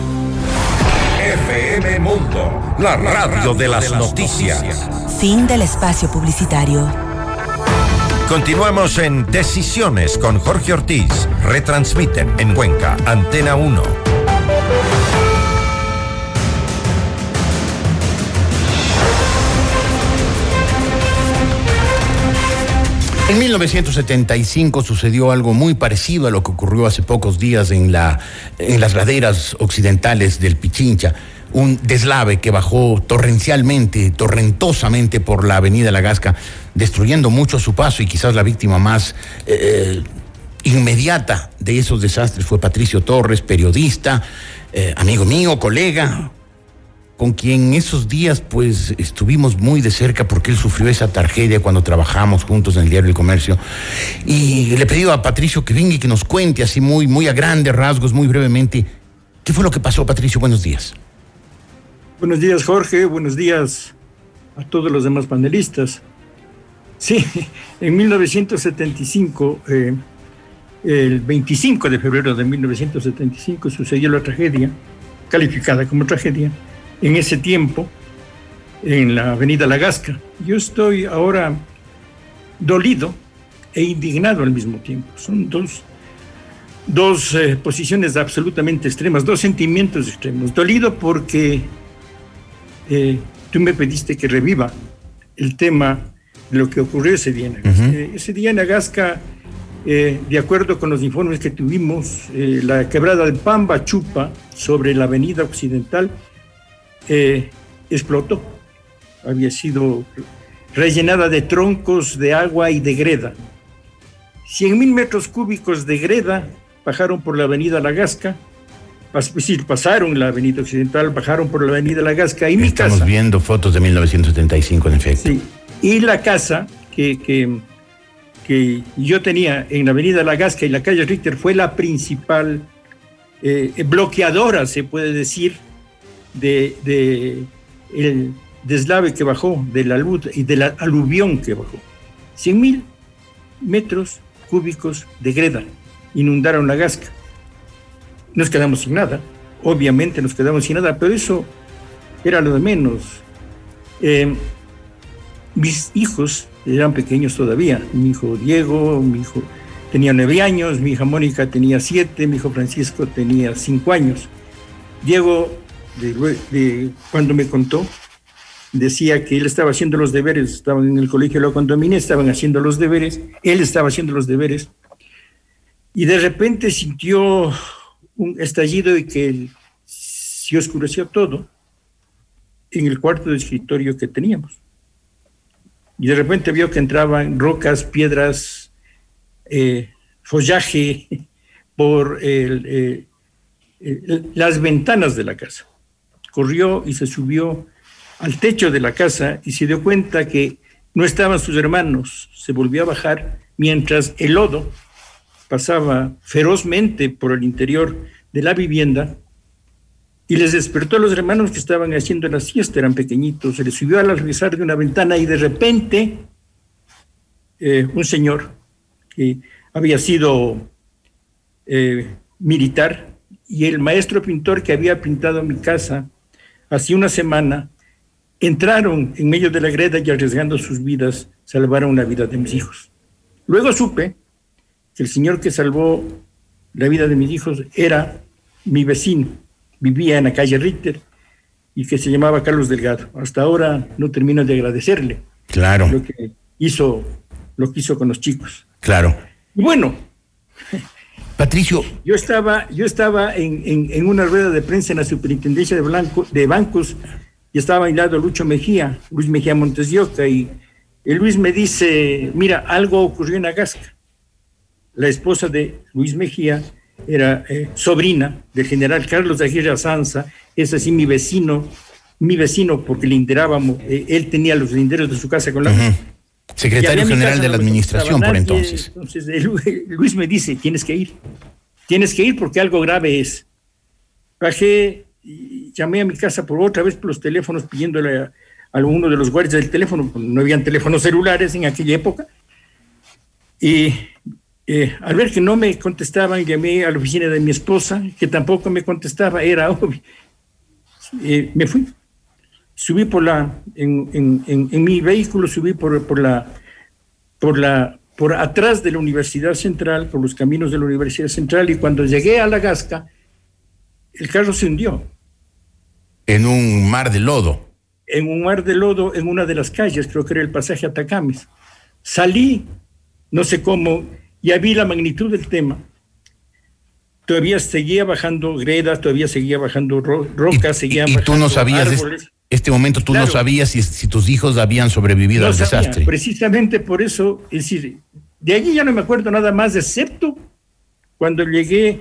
F M Mundo, la radio de las noticias. Fin del espacio publicitario. Continuamos en Decisiones con Jorge Ortiz. Retransmiten en Cuenca, Antena uno. En mil novecientos setenta y cinco sucedió algo muy parecido a lo que ocurrió hace pocos días en, la, en las laderas occidentales del Pichincha. Un deslave que bajó torrencialmente, torrentosamente por la avenida La Gasca, destruyendo mucho a su paso, y quizás la víctima más eh, inmediata de esos desastres fue Patricio Torres, periodista, eh, amigo mío, colega, con quien esos días pues estuvimos muy de cerca porque él sufrió esa tragedia cuando trabajamos juntos en el diario El Comercio. Y le pedí a Patricio que venga y que nos cuente así muy, muy a grandes rasgos, muy brevemente, ¿qué fue lo que pasó, Patricio? Buenos días. Buenos días, Jorge. Buenos días a todos los demás panelistas. Sí, en mil novecientos setenta y cinco, eh, el veinticinco de febrero de mil novecientos setenta y cinco, sucedió la tragedia, calificada como tragedia, en ese tiempo, en la avenida La Gasca. Yo estoy ahora dolido e indignado al mismo tiempo. Son dos, dos eh, posiciones absolutamente extremas, dos sentimientos extremos. Dolido porque eh, tú me pediste que reviva el tema de lo que ocurrió ese día en Agasca. Uh-huh. Ese día en Agasca eh, de acuerdo con los informes que tuvimos, eh, la quebrada de Pamba Chupa, sobre la avenida Occidental, eh, explotó. Había sido rellenada de troncos, de agua y de greda. cien mil metros cúbicos de greda bajaron por la avenida La Gasca, es decir, pasaron la avenida Occidental, bajaron por la avenida La Gasca y mi casa. Estamos viendo fotos de mil novecientos setenta y cinco, en efecto. Sí, y la casa que, que, que yo tenía en la avenida La Gasca y la calle Richter fue la principal eh, bloqueadora, se puede decir, de, de el deslave que bajó, de la luz y de la aluvión que bajó. cien mil metros cúbicos de greda inundaron La Gasca. Nos quedamos sin nada, obviamente nos quedamos sin nada, pero eso era lo de menos. Eh, mis hijos eran pequeños todavía, mi hijo Diego, mi hijo tenía nueve años, mi hija Mónica tenía siete, mi hijo Francisco tenía cinco años. Diego, de, de, cuando me contó, decía que él estaba haciendo los deberes, estaban en el colegio de la condominia, estaban haciendo los deberes, él estaba haciendo los deberes, y de repente sintió un estallido y que se oscureció todo en el cuarto de escritorio que teníamos. Y de repente vio que entraban rocas, piedras, eh, follaje por el, eh, el, las ventanas de la casa. Corrió y se subió al techo de la casa y se dio cuenta que no estaban sus hermanos. Se volvió a bajar mientras el lodo pasaba ferozmente por el interior de la vivienda y les despertó a los hermanos que estaban haciendo la siesta, eran pequeñitos. Se les subió al revisar de una ventana y de repente eh, un señor que había sido eh, militar y el maestro pintor que había pintado mi casa hace una semana entraron en medio de la greda y arriesgando sus vidas salvaron la vida de mis hijos. Luego supe que el señor que salvó la vida de mis hijos era mi vecino, vivía en la calle Richter y que se llamaba Carlos Delgado. Hasta ahora no termino de agradecerle. Claro. Lo que hizo, lo que hizo con los chicos. Claro. Y bueno, Patricio. Yo estaba, yo estaba en, en, en una rueda de prensa en la superintendencia de, Blanco, de bancos y estaba a mi lado Lucho Mejía, Luis Mejía Montes de Oca, y Luis me dice, mira, algo ocurrió en La Gasca. La esposa de Luis Mejía era eh, sobrina del general Carlos de Aguirre Azanza, es así mi vecino, mi vecino porque linderábamos, eh, él tenía los linderos de su casa con la... Uh-huh. Secretario general de la administración por entonces. Entonces eh, Luis me dice, tienes que ir, tienes que ir porque algo grave es. Bajé, y llamé a mi casa por otra vez por los teléfonos pidiéndole a, a uno de los guardias del teléfono, no habían teléfonos celulares en aquella época, y Eh, al ver que no me contestaban, llamé a la oficina de mi esposa, que tampoco me contestaba, era obvio. Eh, me fui. Subí por la, en, en, en, en mi vehículo, subí por, por la, por la, por atrás de la Universidad Central, por los caminos de la Universidad Central, y cuando llegué a La Gasca, el carro se hundió. En un mar de lodo. En un mar de lodo, en una de las calles, creo que era el pasaje Atacames. Salí, no sé cómo, ya vi la magnitud del tema. Todavía seguía bajando gredas, todavía seguía bajando ro rocas, seguía y, y bajando tú no sabías, árboles. Este, este momento tú claro, no sabías si, si tus hijos habían sobrevivido no al sabía, desastre. Precisamente por eso, es decir, de allí ya no me acuerdo nada más, excepto cuando llegué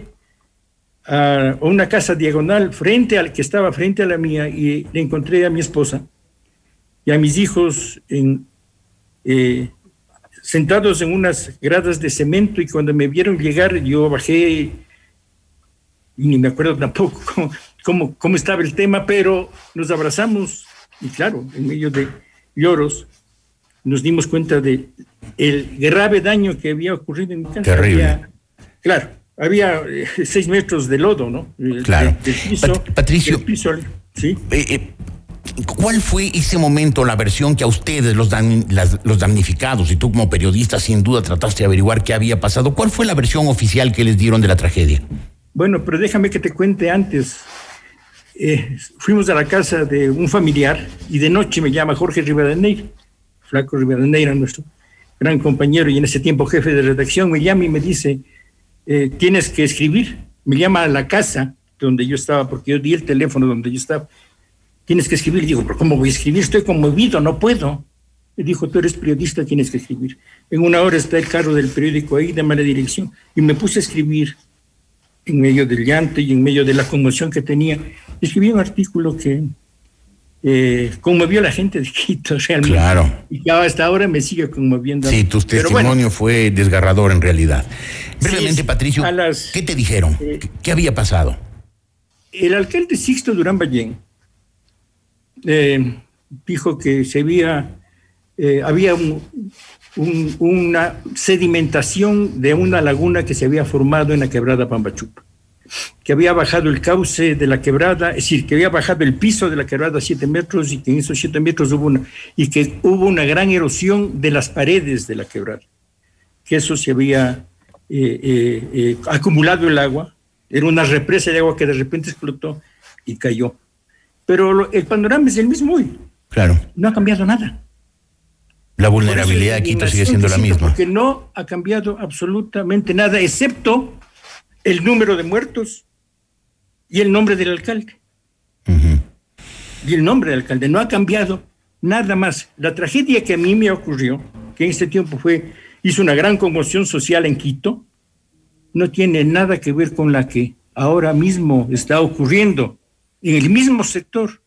a una casa diagonal frente al que estaba frente a la mía y le encontré a mi esposa y a mis hijos en... Eh, sentados en unas gradas de cemento, y cuando me vieron llegar yo bajé y ni me acuerdo tampoco cómo, cómo, cómo estaba el tema, pero nos abrazamos y claro, en medio de lloros nos dimos cuenta de el grave daño que había ocurrido en mi casa. Terrible. Había, claro, había eh, seis metros de lodo, ¿no? Claro. Del, del piso, Pat Patricio, del piso, ¿sí? Eh, eh, ¿Cuál fue ese momento, la versión que a ustedes, los, dan, las, los damnificados, y tú como periodista sin duda trataste de averiguar qué había pasado? ¿Cuál fue la versión oficial que les dieron de la tragedia? Bueno, pero déjame que te cuente antes. Eh, fuimos a la casa de un familiar y de noche me llama Jorge Rivadeneira, Flaco Rivadeneira nuestro, gran compañero y en ese tiempo jefe de redacción, me llama y me dice, eh, tienes que escribir. Me llama a la casa donde yo estaba, porque yo di el teléfono donde yo estaba. Tienes que escribir. Digo, pero ¿cómo voy a escribir? Estoy conmovido, no puedo. Me dijo, tú eres periodista, tienes que escribir. En una hora está el carro del periódico ahí, de mala dirección. Y me puse a escribir en medio del llanto y en medio de la conmoción que tenía. Escribí un artículo que eh, conmovió a la gente de Quito, realmente. Claro. Y que hasta ahora me sigue conmoviendo. Sí, tu testimonio bueno, fue desgarrador en realidad. Brevemente, sí, Patricio, las, ¿qué te dijeron? Eh, ¿Qué, ¿Qué había pasado? El alcalde Sixto Durán Ballén eh, dijo que se había, eh, había un, un, una sedimentación de una laguna que se había formado en la quebrada Pambachupa, que había bajado el cauce de la quebrada, es decir, que había bajado el piso de la quebrada a siete metros y que en esos siete metros hubo una, y que hubo una gran erosión de las paredes de la quebrada, que eso se había eh, eh, eh, acumulado el agua, era una represa de agua que de repente explotó y cayó. Pero lo, el panorama es el mismo hoy. Claro. No ha cambiado nada. La vulnerabilidad de Quito sigue siendo la misma. Porque no ha cambiado absolutamente nada, excepto el número de muertos y el nombre del alcalde. Uh-huh. Y el nombre del alcalde. No ha cambiado nada más. La tragedia que a mí me ocurrió, que en este tiempo fue, hizo una gran conmoción social en Quito, no tiene nada que ver con la que ahora mismo está ocurriendo en el mismo sector.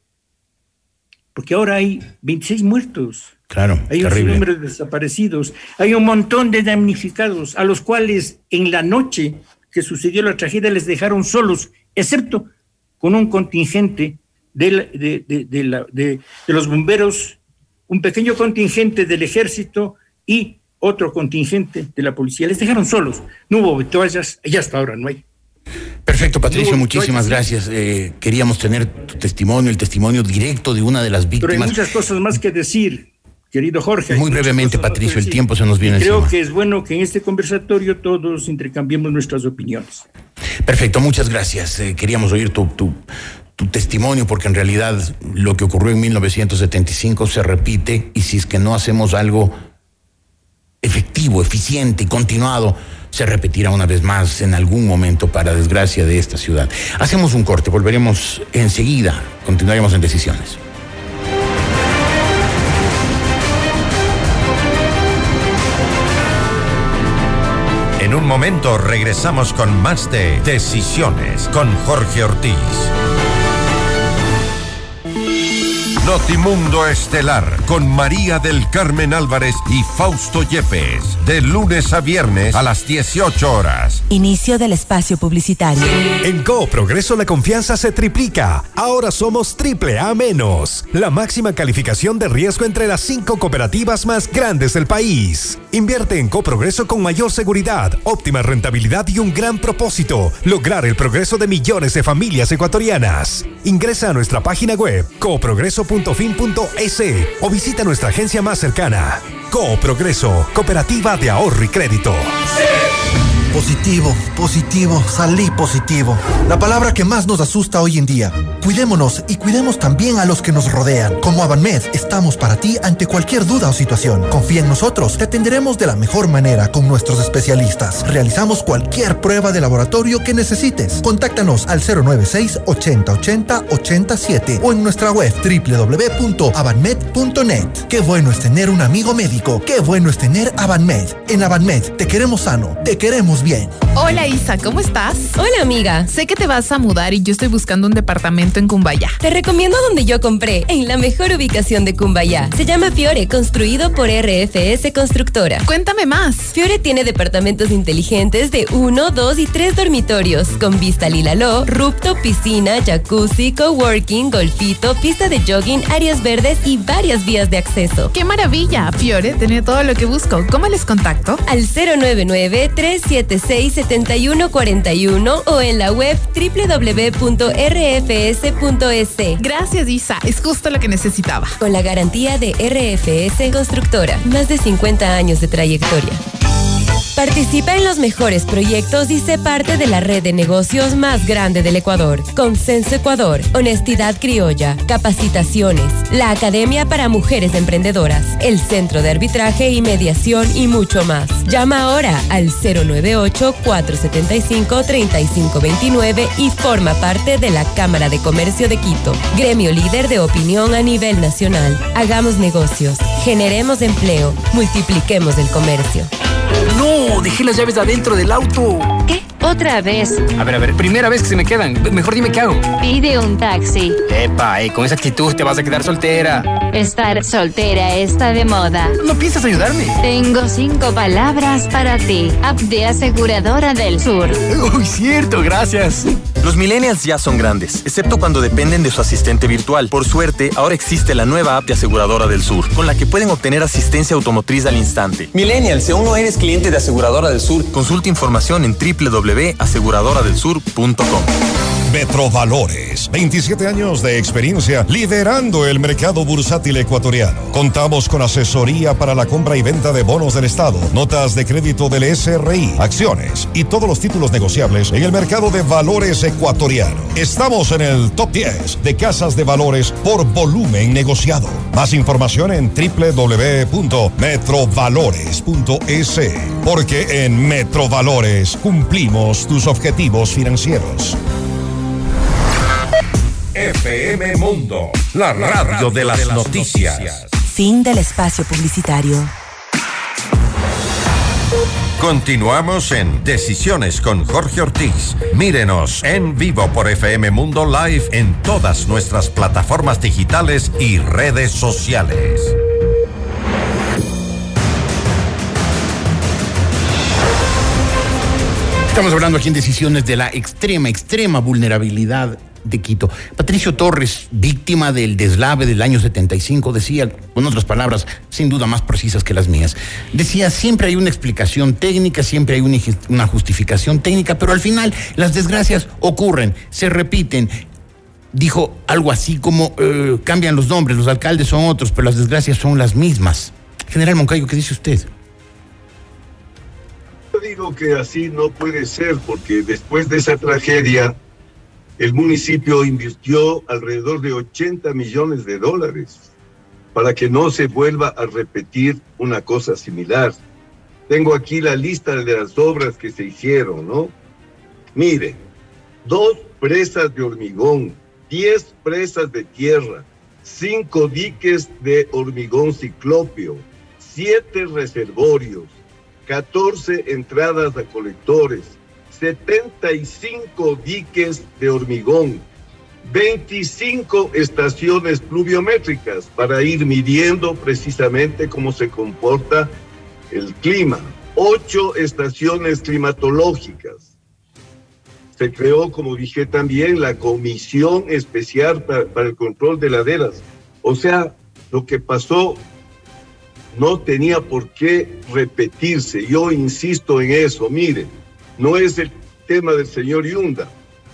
Porque ahora hay veintiséis muertos. Claro, hay un número de desaparecidos. Hay un montón de damnificados a los cuales en la noche que sucedió la tragedia les dejaron solos, excepto con un contingente de, la, de, de, de, la, de, de los bomberos, un pequeño contingente del ejército y otro contingente de la policía. Les dejaron solos. No hubo toallas, y hasta ahora no hay. Perfecto, Patricio, no muchísimas toallas. Gracias. Eh, queríamos tener tu testimonio, el testimonio directo de una de las víctimas. Pero hay muchas cosas más que decir, querido Jorge. Muy brevemente, Patricio, el tiempo se nos viene y creo encima. que es bueno que en este conversatorio todos intercambiemos nuestras opiniones. Perfecto, muchas gracias. Eh, queríamos oír tu, tu, tu testimonio, porque en realidad lo que ocurrió en mil novecientos setenta y cinco se repite, y si es que no hacemos algo efectivo, eficiente y continuado, se repetirá una vez más en algún momento, para desgracia de esta ciudad. Hacemos un corte, volveremos enseguida, continuaremos en Decisiones. En un momento regresamos con más de Decisiones con Jorge Ortiz. Notimundo Estelar con María del Carmen Álvarez y Fausto Yepes, de lunes a viernes a las dieciocho horas. Inicio del espacio publicitario. En Coop Progreso la confianza se triplica. Ahora somos triple A menos, la máxima calificación de riesgo entre las cinco cooperativas más grandes del país. Invierte en Coop Progreso con mayor seguridad, óptima rentabilidad y un gran propósito: lograr el progreso de millones de familias ecuatorianas. Ingresa a nuestra página web coprogreso punto fin punto es o visita nuestra agencia más cercana. Coop Progreso, cooperativa de ahorro y crédito. Sí. Positivo, positivo, salí positivo. La palabra que más nos asusta hoy en día. Cuidémonos y cuidemos también a los que nos rodean. Como Avanmed, estamos para ti ante cualquier duda o situación. Confía en nosotros, te atenderemos de la mejor manera con nuestros especialistas. Realizamos cualquier prueba de laboratorio que necesites. Contáctanos al cero nueve seis, ochenta, ochenta, ochenta y siete o en nuestra web doble u doble u doble u punto avanmed punto net. Qué bueno es tener un amigo médico. Qué bueno es tener Avanmed. En Avanmed te queremos sano, te queremos bien. Hola Isa, ¿cómo estás? Hola amiga. Sé que te vas a mudar y yo estoy buscando un departamento en Cumbayá. Te recomiendo donde yo compré, en la mejor ubicación de Cumbayá. Se llama Fiore, construido por R F S Constructora. Cuéntame más. Fiore tiene departamentos inteligentes de uno, dos y tres dormitorios, con vista al Ilaló, rooftop, piscina, jacuzzi, coworking, golfito, pista de jogging, áreas verdes y varias vías de acceso. ¡Qué maravilla! Fiore tiene todo lo que busco. ¿Cómo les contacto? Al cero nueve nueve, tres siete seis, siete uno cuatro uno o en la web doble u doble u doble u punto r f s punto es. Gracias Isa, es justo lo que necesitaba. Con la garantía de R F S Constructora, más de cincuenta años de trayectoria. Participa en los mejores proyectos y sé parte de la red de negocios más grande del Ecuador. Consenso Ecuador, Honestidad Criolla, Capacitaciones, la Academia para Mujeres Emprendedoras, el Centro de Arbitraje y Mediación y mucho más. Llama ahora al cero nueve ocho, cuatro siete cinco, tres cinco dos nueve y forma parte de la Cámara de Comercio de Quito, gremio líder de opinión a nivel nacional. Hagamos negocios, generemos empleo, multipliquemos el comercio. No, dejé las llaves adentro del auto. ¿Qué? ¿Otra vez? A ver, a ver, primera vez que se me quedan. Mejor dime qué hago. Pide un taxi. Epa, eh, con esa actitud te vas a quedar soltera. Estar soltera está de moda. ¿No piensas ayudarme? Tengo cinco palabras para ti. App de Aseguradora del Sur. Uy, cierto, gracias. Los millennials ya son grandes, excepto cuando dependen de su asistente virtual. Por suerte, ahora existe la nueva app de Aseguradora del Sur, con la que pueden obtener asistencia automotriz al instante. Millennial, si aún no eres cliente de Aseguradora del Sur, consulta información en doble u doble u doble u punto aseguradora del sur punto com. Metrovalores, veintisiete años de experiencia liderando el mercado bursátil ecuatoriano. Contamos con asesoría para la compra y venta de bonos del Estado, notas de crédito del S R I, acciones y todos los títulos negociables en el mercado de valores ecuatoriano. Estamos en el top diez de casas de valores por volumen negociado. Más información en doble u doble u doble u punto metrovalores punto es, porque en Metrovalores cumplimos tus objetivos financieros. F M Mundo, la radio de las noticias. Fin del espacio publicitario. Continuamos en Decisiones con Jorge Ortiz. Mírenos en vivo por F M Mundo Live en todas nuestras plataformas digitales y redes sociales. Estamos hablando aquí en Decisiones de la extrema, extrema vulnerabilidad de Quito. Patricio Torres, víctima del deslave del año setenta y cinco, decía, con otras palabras, sin duda más precisas que las mías, decía, siempre hay una explicación técnica, siempre hay una justificación técnica, pero al final las desgracias ocurren, se repiten. Dijo algo así como, eh, cambian los nombres, los alcaldes son otros, pero las desgracias son las mismas. General Moncayo, ¿qué dice usted? Yo digo que así no puede ser, porque después de esa tragedia, el municipio invirtió alrededor de ochenta millones de dólares para que no se vuelva a repetir una cosa similar. Tengo aquí la lista de las obras que se hicieron, ¿no? Mire, dos presas de hormigón, diez presas de tierra, cinco diques de hormigón ciclópeo, siete reservorios, catorce entradas a colectores, setenta y cinco diques de hormigón, veinticinco estaciones pluviométricas para ir midiendo precisamente cómo se comporta el clima, ocho estaciones climatológicas. Se creó, como dije también, la Comisión Especial para, para el Control de Laderas. O sea, lo que pasó no tenía por qué repetirse. Yo insisto en eso. Miren, no es el tema del señor Yunda.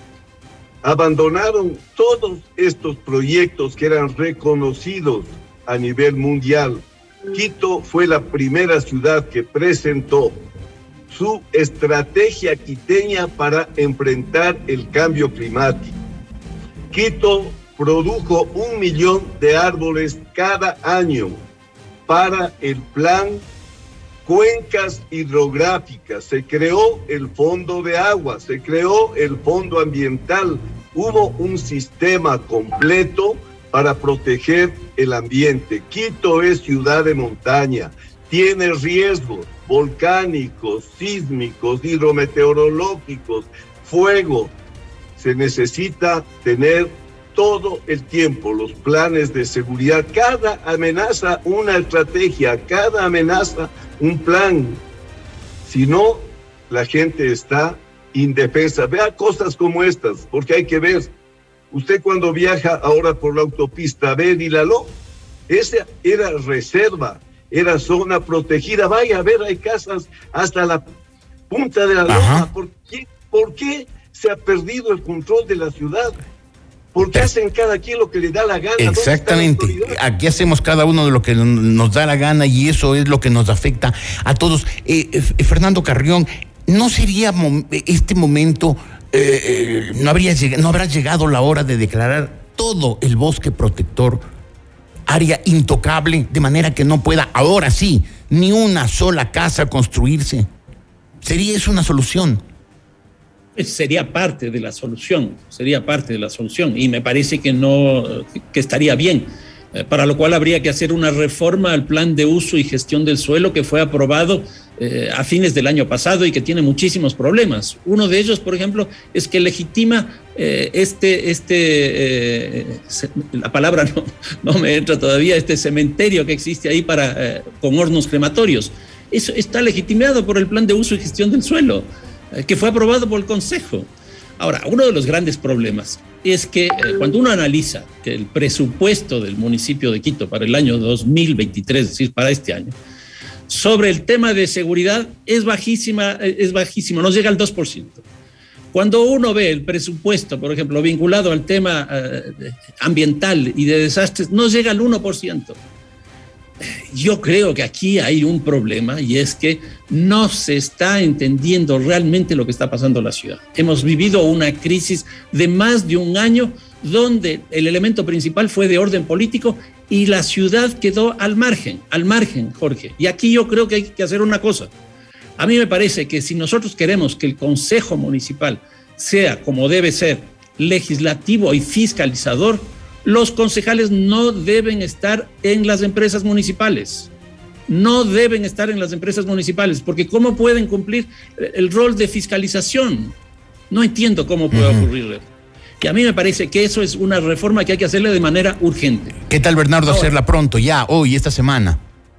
Abandonaron todos estos proyectos que eran reconocidos a nivel mundial. Quito fue la primera ciudad que presentó su estrategia quiteña para enfrentar el cambio climático. Quito produjo un millón de árboles cada año para el plan Cuencas Hidrográficas. Se creó el Fondo de Agua, se creó el Fondo Ambiental. Hubo un sistema completo para proteger el ambiente. Quito es ciudad de montaña, tiene riesgos volcánicos, sísmicos, hidrometeorológicos, fuego. Se necesita tener todo el tiempo los planes de seguridad, cada amenaza una estrategia, cada amenaza un plan. Si no, la gente está indefensa. Vea cosas como estas, porque hay que ver. Usted cuando viaja ahora por la autopista, ve Dilaló, esa era reserva, era zona protegida. Vaya a ver, hay casas hasta la punta de la loma. ¿Por qué, ¿Por qué se ha perdido el control de la ciudad? Porque hacen cada quien lo que le da la gana. Exactamente. Aquí hacemos cada uno de lo que nos da la gana y eso es lo que nos afecta a todos. Eh, eh, Fernando Carrión, ¿no sería mom- este momento, eh, eh, no, habría lleg- no habrá llegado la hora de declarar todo el bosque protector área intocable, de manera que no pueda, ahora sí, ni una sola casa construirse? ¿Sería eso una solución? Sería parte de la solución, sería parte de la solución y me parece que no, que estaría bien, eh, para lo cual habría que hacer una reforma al plan de uso y gestión del suelo que fue aprobado eh, a fines del año pasado y que tiene muchísimos problemas. Uno de ellos, por ejemplo, es que legitima eh, este, este eh, se, la palabra no, no me entra todavía, este cementerio que existe ahí para, eh, con hornos crematorios. Eso está legitimado por el plan de uso y gestión del suelo, que fue aprobado por el Consejo. Ahora, uno de los grandes problemas es que eh, cuando uno analiza que el presupuesto del municipio de Quito para el año dos mil veintitrés, es decir, para este año, sobre el tema de seguridad es bajísima, es bajísimo, no llega al dos por ciento. Cuando uno ve el presupuesto, por ejemplo, vinculado al tema eh, ambiental y de desastres, no llega al uno por ciento. Yo creo que aquí hay un problema y es que no se está entendiendo realmente lo que está pasando en la ciudad. Hemos vivido una crisis de más de un año donde el elemento principal fue de orden político y la ciudad quedó al margen, al margen, Jorge. Y aquí yo creo que hay que hacer una cosa. A mí me parece que si nosotros queremos que el Consejo Municipal sea como debe ser, legislativo y fiscalizador, los concejales no deben estar en las empresas municipales. No deben estar en las empresas municipales, porque ¿cómo pueden cumplir el rol de fiscalización? No entiendo cómo puede uh-huh. ocurrir. Y a mí me parece que eso es una reforma que hay que hacerle de manera urgente. ¿Qué tal, Bernardo, Ahora, hacerla pronto, ya, hoy, esta semana?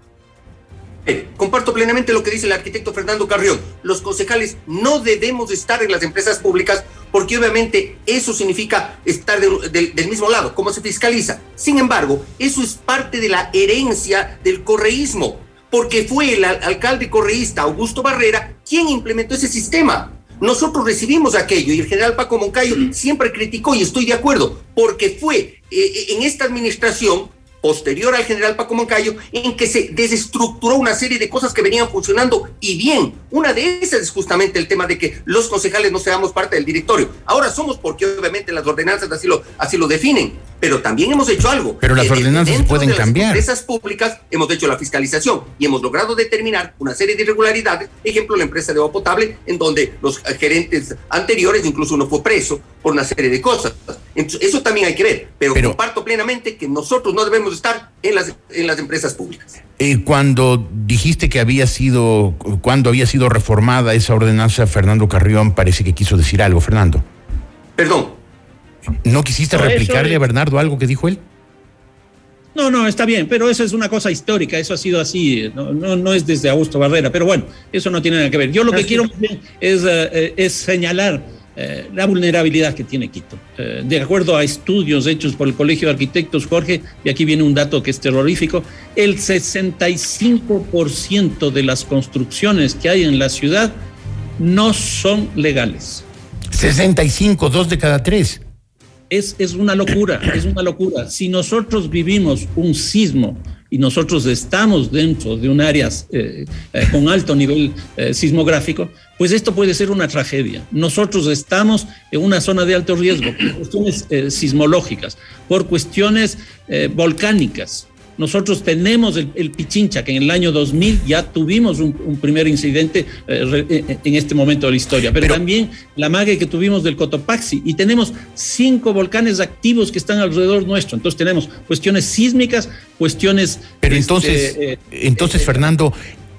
Eh, comparto plenamente lo que dice el arquitecto Fernando Carrión. Los concejales no debemos estar en las empresas públicas porque obviamente eso significa estar de, de, del mismo lado, como se fiscaliza. Sin embargo, eso es parte de la herencia del correísmo, porque fue el al- alcalde correísta Augusto Barrera quien implementó ese sistema. Nosotros recibimos aquello y el general Paco Moncayo siempre criticó, y estoy de acuerdo, porque fue eh, en esta administración posterior al general Paco Moncayo, en que se desestructuró una serie de cosas que venían funcionando y bien. Una de esas es justamente el tema de que los concejales no seamos parte del directorio. Ahora somos porque obviamente las ordenanzas así lo, así lo definen, pero también hemos hecho algo. Pero las ordenanzas pueden cambiar. En las empresas públicas hemos hecho la fiscalización y hemos logrado determinar una serie de irregularidades. Ejemplo, la empresa de agua potable, en donde los gerentes anteriores, incluso uno fue preso por una serie de cosas. Entonces, eso también hay que ver, pero, pero comparto plenamente que nosotros no debemos estar en las, en las empresas públicas. Eh, cuando dijiste que había sido, cuando había sido reformada esa ordenanza, Fernando Carrión parece que quiso decir algo. Fernando. Perdón. ¿No quisiste no, replicarle es... a Bernardo algo que dijo él? No, no, está bien, pero eso es una cosa histórica, eso ha sido así, no, no, no es desde Augusto Barrera, pero bueno, eso no tiene nada que ver. Yo lo que quiero es, uh, es señalar Eh, la vulnerabilidad que tiene Quito. Eh, de acuerdo a estudios hechos por el Colegio de Arquitectos, Jorge, y aquí viene un dato que es terrorífico, el sesenta y cinco por ciento de las construcciones que hay en la ciudad no son legales. sesenta y cinco, dos de cada tres. Es, es una locura, es una locura. Si nosotros vivimos un sismo y nosotros estamos dentro de un área eh, eh, con alto nivel eh, sismográfico, pues esto puede ser una tragedia. Nosotros estamos en una zona de alto riesgo por cuestiones eh, sismológicas, por cuestiones eh, volcánicas. Nosotros tenemos el, el Pichincha, que en el año dos mil ya tuvimos un, un primer incidente eh, re, en este momento de la historia, pero, pero también la mague que tuvimos del Cotopaxi, y tenemos cinco volcanes activos que están alrededor nuestro. Entonces tenemos cuestiones sísmicas, cuestiones... Pero entonces, este, eh, entonces eh, Fernando,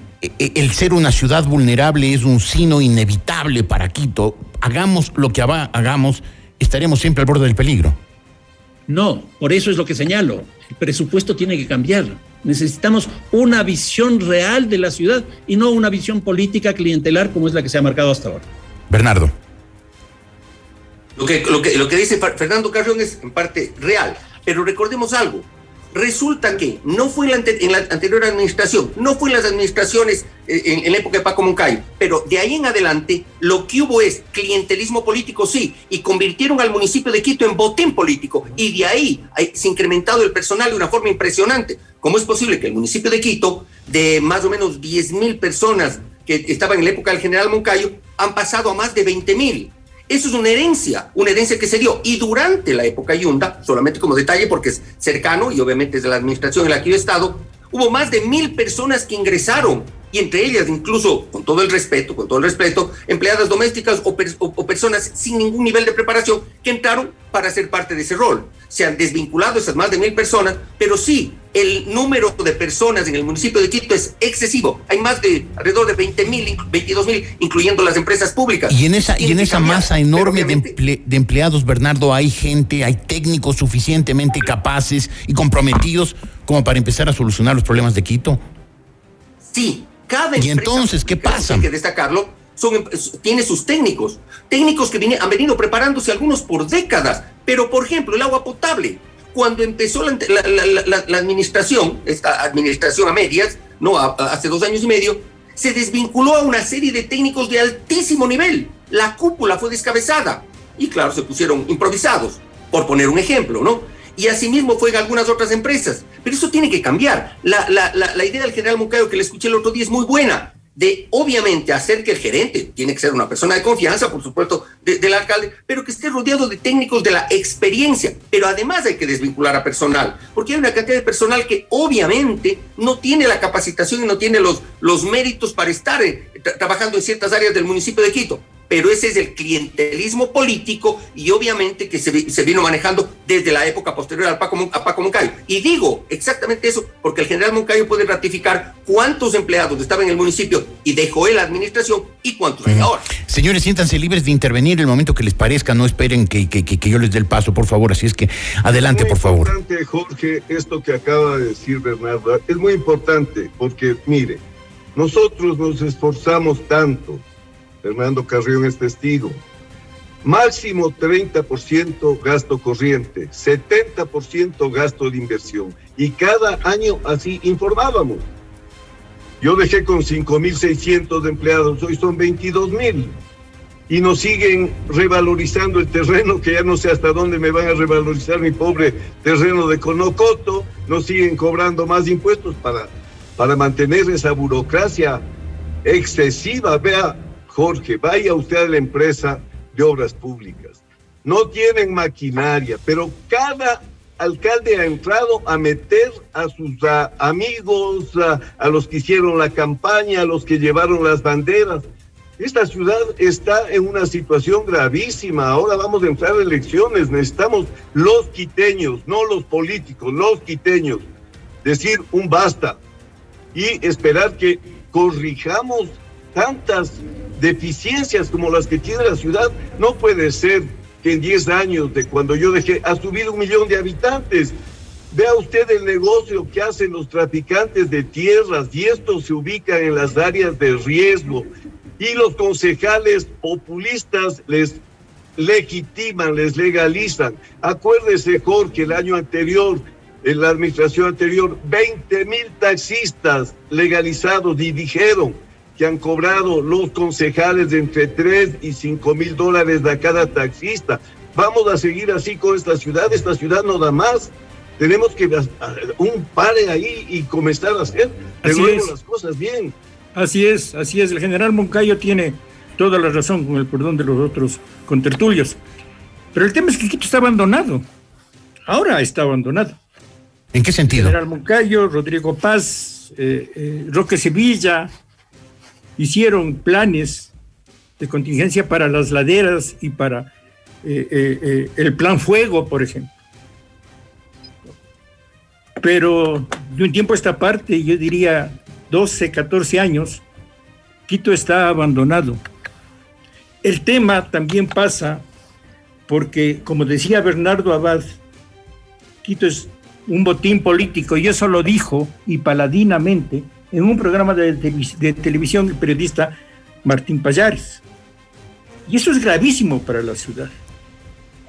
el ser una ciudad vulnerable es un sino inevitable para Quito. Hagamos lo que hagamos, estaremos siempre al borde del peligro. No, por eso es lo que señalo. El presupuesto tiene que cambiar. Necesitamos una visión real de la ciudad y no una visión política clientelar como es la que se ha marcado hasta ahora. Bernardo. Lo que, lo que, lo que dice Fernando Carrión es en parte real, pero recordemos algo. Resulta que no fue en la, ante, en la anterior administración, no fue en las administraciones eh, en, en la época de Paco Moncayo, pero de ahí en adelante lo que hubo es clientelismo político, sí, y convirtieron al municipio de Quito en botín político, y de ahí se ha incrementado el personal de una forma impresionante. ¿Cómo es posible que el municipio de Quito, de más o menos diez mil personas que estaban en la época del general Moncayo, han pasado a más de veinte mil? Eso es una herencia, una herencia que se dio. Y durante la época Yunda, solamente como detalle porque es cercano y obviamente es de la administración en la que yo he estado, hubo más de mil personas que ingresaron, y entre ellas incluso, con todo el respeto, con todo el respeto, empleadas domésticas o, per, o, o personas sin ningún nivel de preparación que entraron para ser parte de ese rol. Se han desvinculado esas más de mil personas, pero sí, el número de personas en el municipio de Quito es excesivo. Hay más de alrededor de veinte mil, veintidós mil, incluyendo las empresas públicas. Y en esa, y en esa masa enorme de, emple, de empleados, Bernardo, hay gente, hay técnicos suficientemente capaces y comprometidos como para empezar a solucionar los problemas de Quito. Sí, cada y entonces, ¿qué pasa? Hay que destacarlo, son, tiene sus técnicos, técnicos que viene, han venido preparándose algunos por décadas, pero por ejemplo, el agua potable. Cuando empezó la, la, la, la, la administración, esta administración a medias, no, a, a, hace dos años y medio, se desvinculó a una serie de técnicos de altísimo nivel. La cúpula fue descabezada y claro, se pusieron improvisados, por poner un ejemplo, ¿no? Y asimismo fue en algunas otras empresas. Pero eso tiene que cambiar. La, la, la, la idea del general Moncayo que le escuché el otro día es muy buena, de obviamente hacer que el gerente, tiene que ser una persona de confianza, por supuesto, de, del alcalde, pero que esté rodeado de técnicos de la experiencia. Pero además hay que desvincular a personal, porque hay una cantidad de personal que obviamente no tiene la capacitación y no tiene los, los méritos para estar eh, tra- trabajando en ciertas áreas del municipio de Quito. Pero ese es el clientelismo político y obviamente que se, se vino manejando desde la época posterior al Paco, a Paco Moncayo. Y digo exactamente eso porque el general Moncayo puede ratificar cuántos empleados estaban en el municipio y dejó él la administración y cuántos hay ahora. Señores, siéntanse libres de intervenir en el momento que les parezca, no esperen que, que, que, que yo les dé el paso, por favor. Así es que adelante, por favor. Es muy importante, Jorge, esto que acaba de decir Bernardo, es muy importante porque, mire, nosotros nos esforzamos tanto. Fernando Carrión es testigo. Máximo treinta por ciento gasto corriente, setenta por ciento gasto de inversión. Y cada año así informábamos. Yo dejé con cinco mil seiscientos empleados, hoy son veintidós mil. Y nos siguen revalorizando el terreno, que ya no sé hasta dónde me van a revalorizar mi pobre terreno de Conocoto. Nos siguen cobrando más impuestos para, para mantener esa burocracia excesiva. Vea, Jorge, vaya usted a la empresa de obras públicas. No tienen maquinaria, pero cada alcalde ha entrado a meter a sus a, amigos, a, a los que hicieron la campaña, a los que llevaron las banderas. Esta ciudad está en una situación gravísima. Ahora vamos a entrar a elecciones. Necesitamos los quiteños, no los políticos, los quiteños, decir un basta y esperar que corrijamos tantas deficiencias como las que tiene la ciudad. No puede ser que en diez años de cuando yo dejé ha subido un millón de habitantes. Vea usted el negocio que hacen los traficantes de tierras y estos se ubican en las áreas de riesgo y los concejales populistas les legitiman, les legalizan. Acuérdese, Jorge, el año anterior, en la administración anterior, veinte mil taxistas legalizados y dijeron que han cobrado los concejales de entre tres y cinco mil dólares a cada taxista. Vamos a seguir así con esta ciudad. Esta ciudad no da más. Tenemos que un pare ahí y comenzar a hacer de nuevo las cosas bien. Así es, así es. El general Moncayo tiene toda la razón, con el perdón de los otros contertulios. Pero el tema es que Quito está abandonado. Ahora está abandonado. ¿En qué sentido? El general Moncayo, Rodrigo Paz, eh, eh, Roque Sevilla hicieron planes de contingencia para las laderas y para eh, eh, eh, el plan Fuego, por ejemplo. Pero de un tiempo a esta parte, yo diría doce, catorce años, Quito está abandonado. El tema también pasa porque, como decía Bernardo Abad, Quito es un botín político, y eso lo dijo y paladinamente en un programa de, de, de televisión el periodista Martín Pallares. Y eso es gravísimo para la ciudad.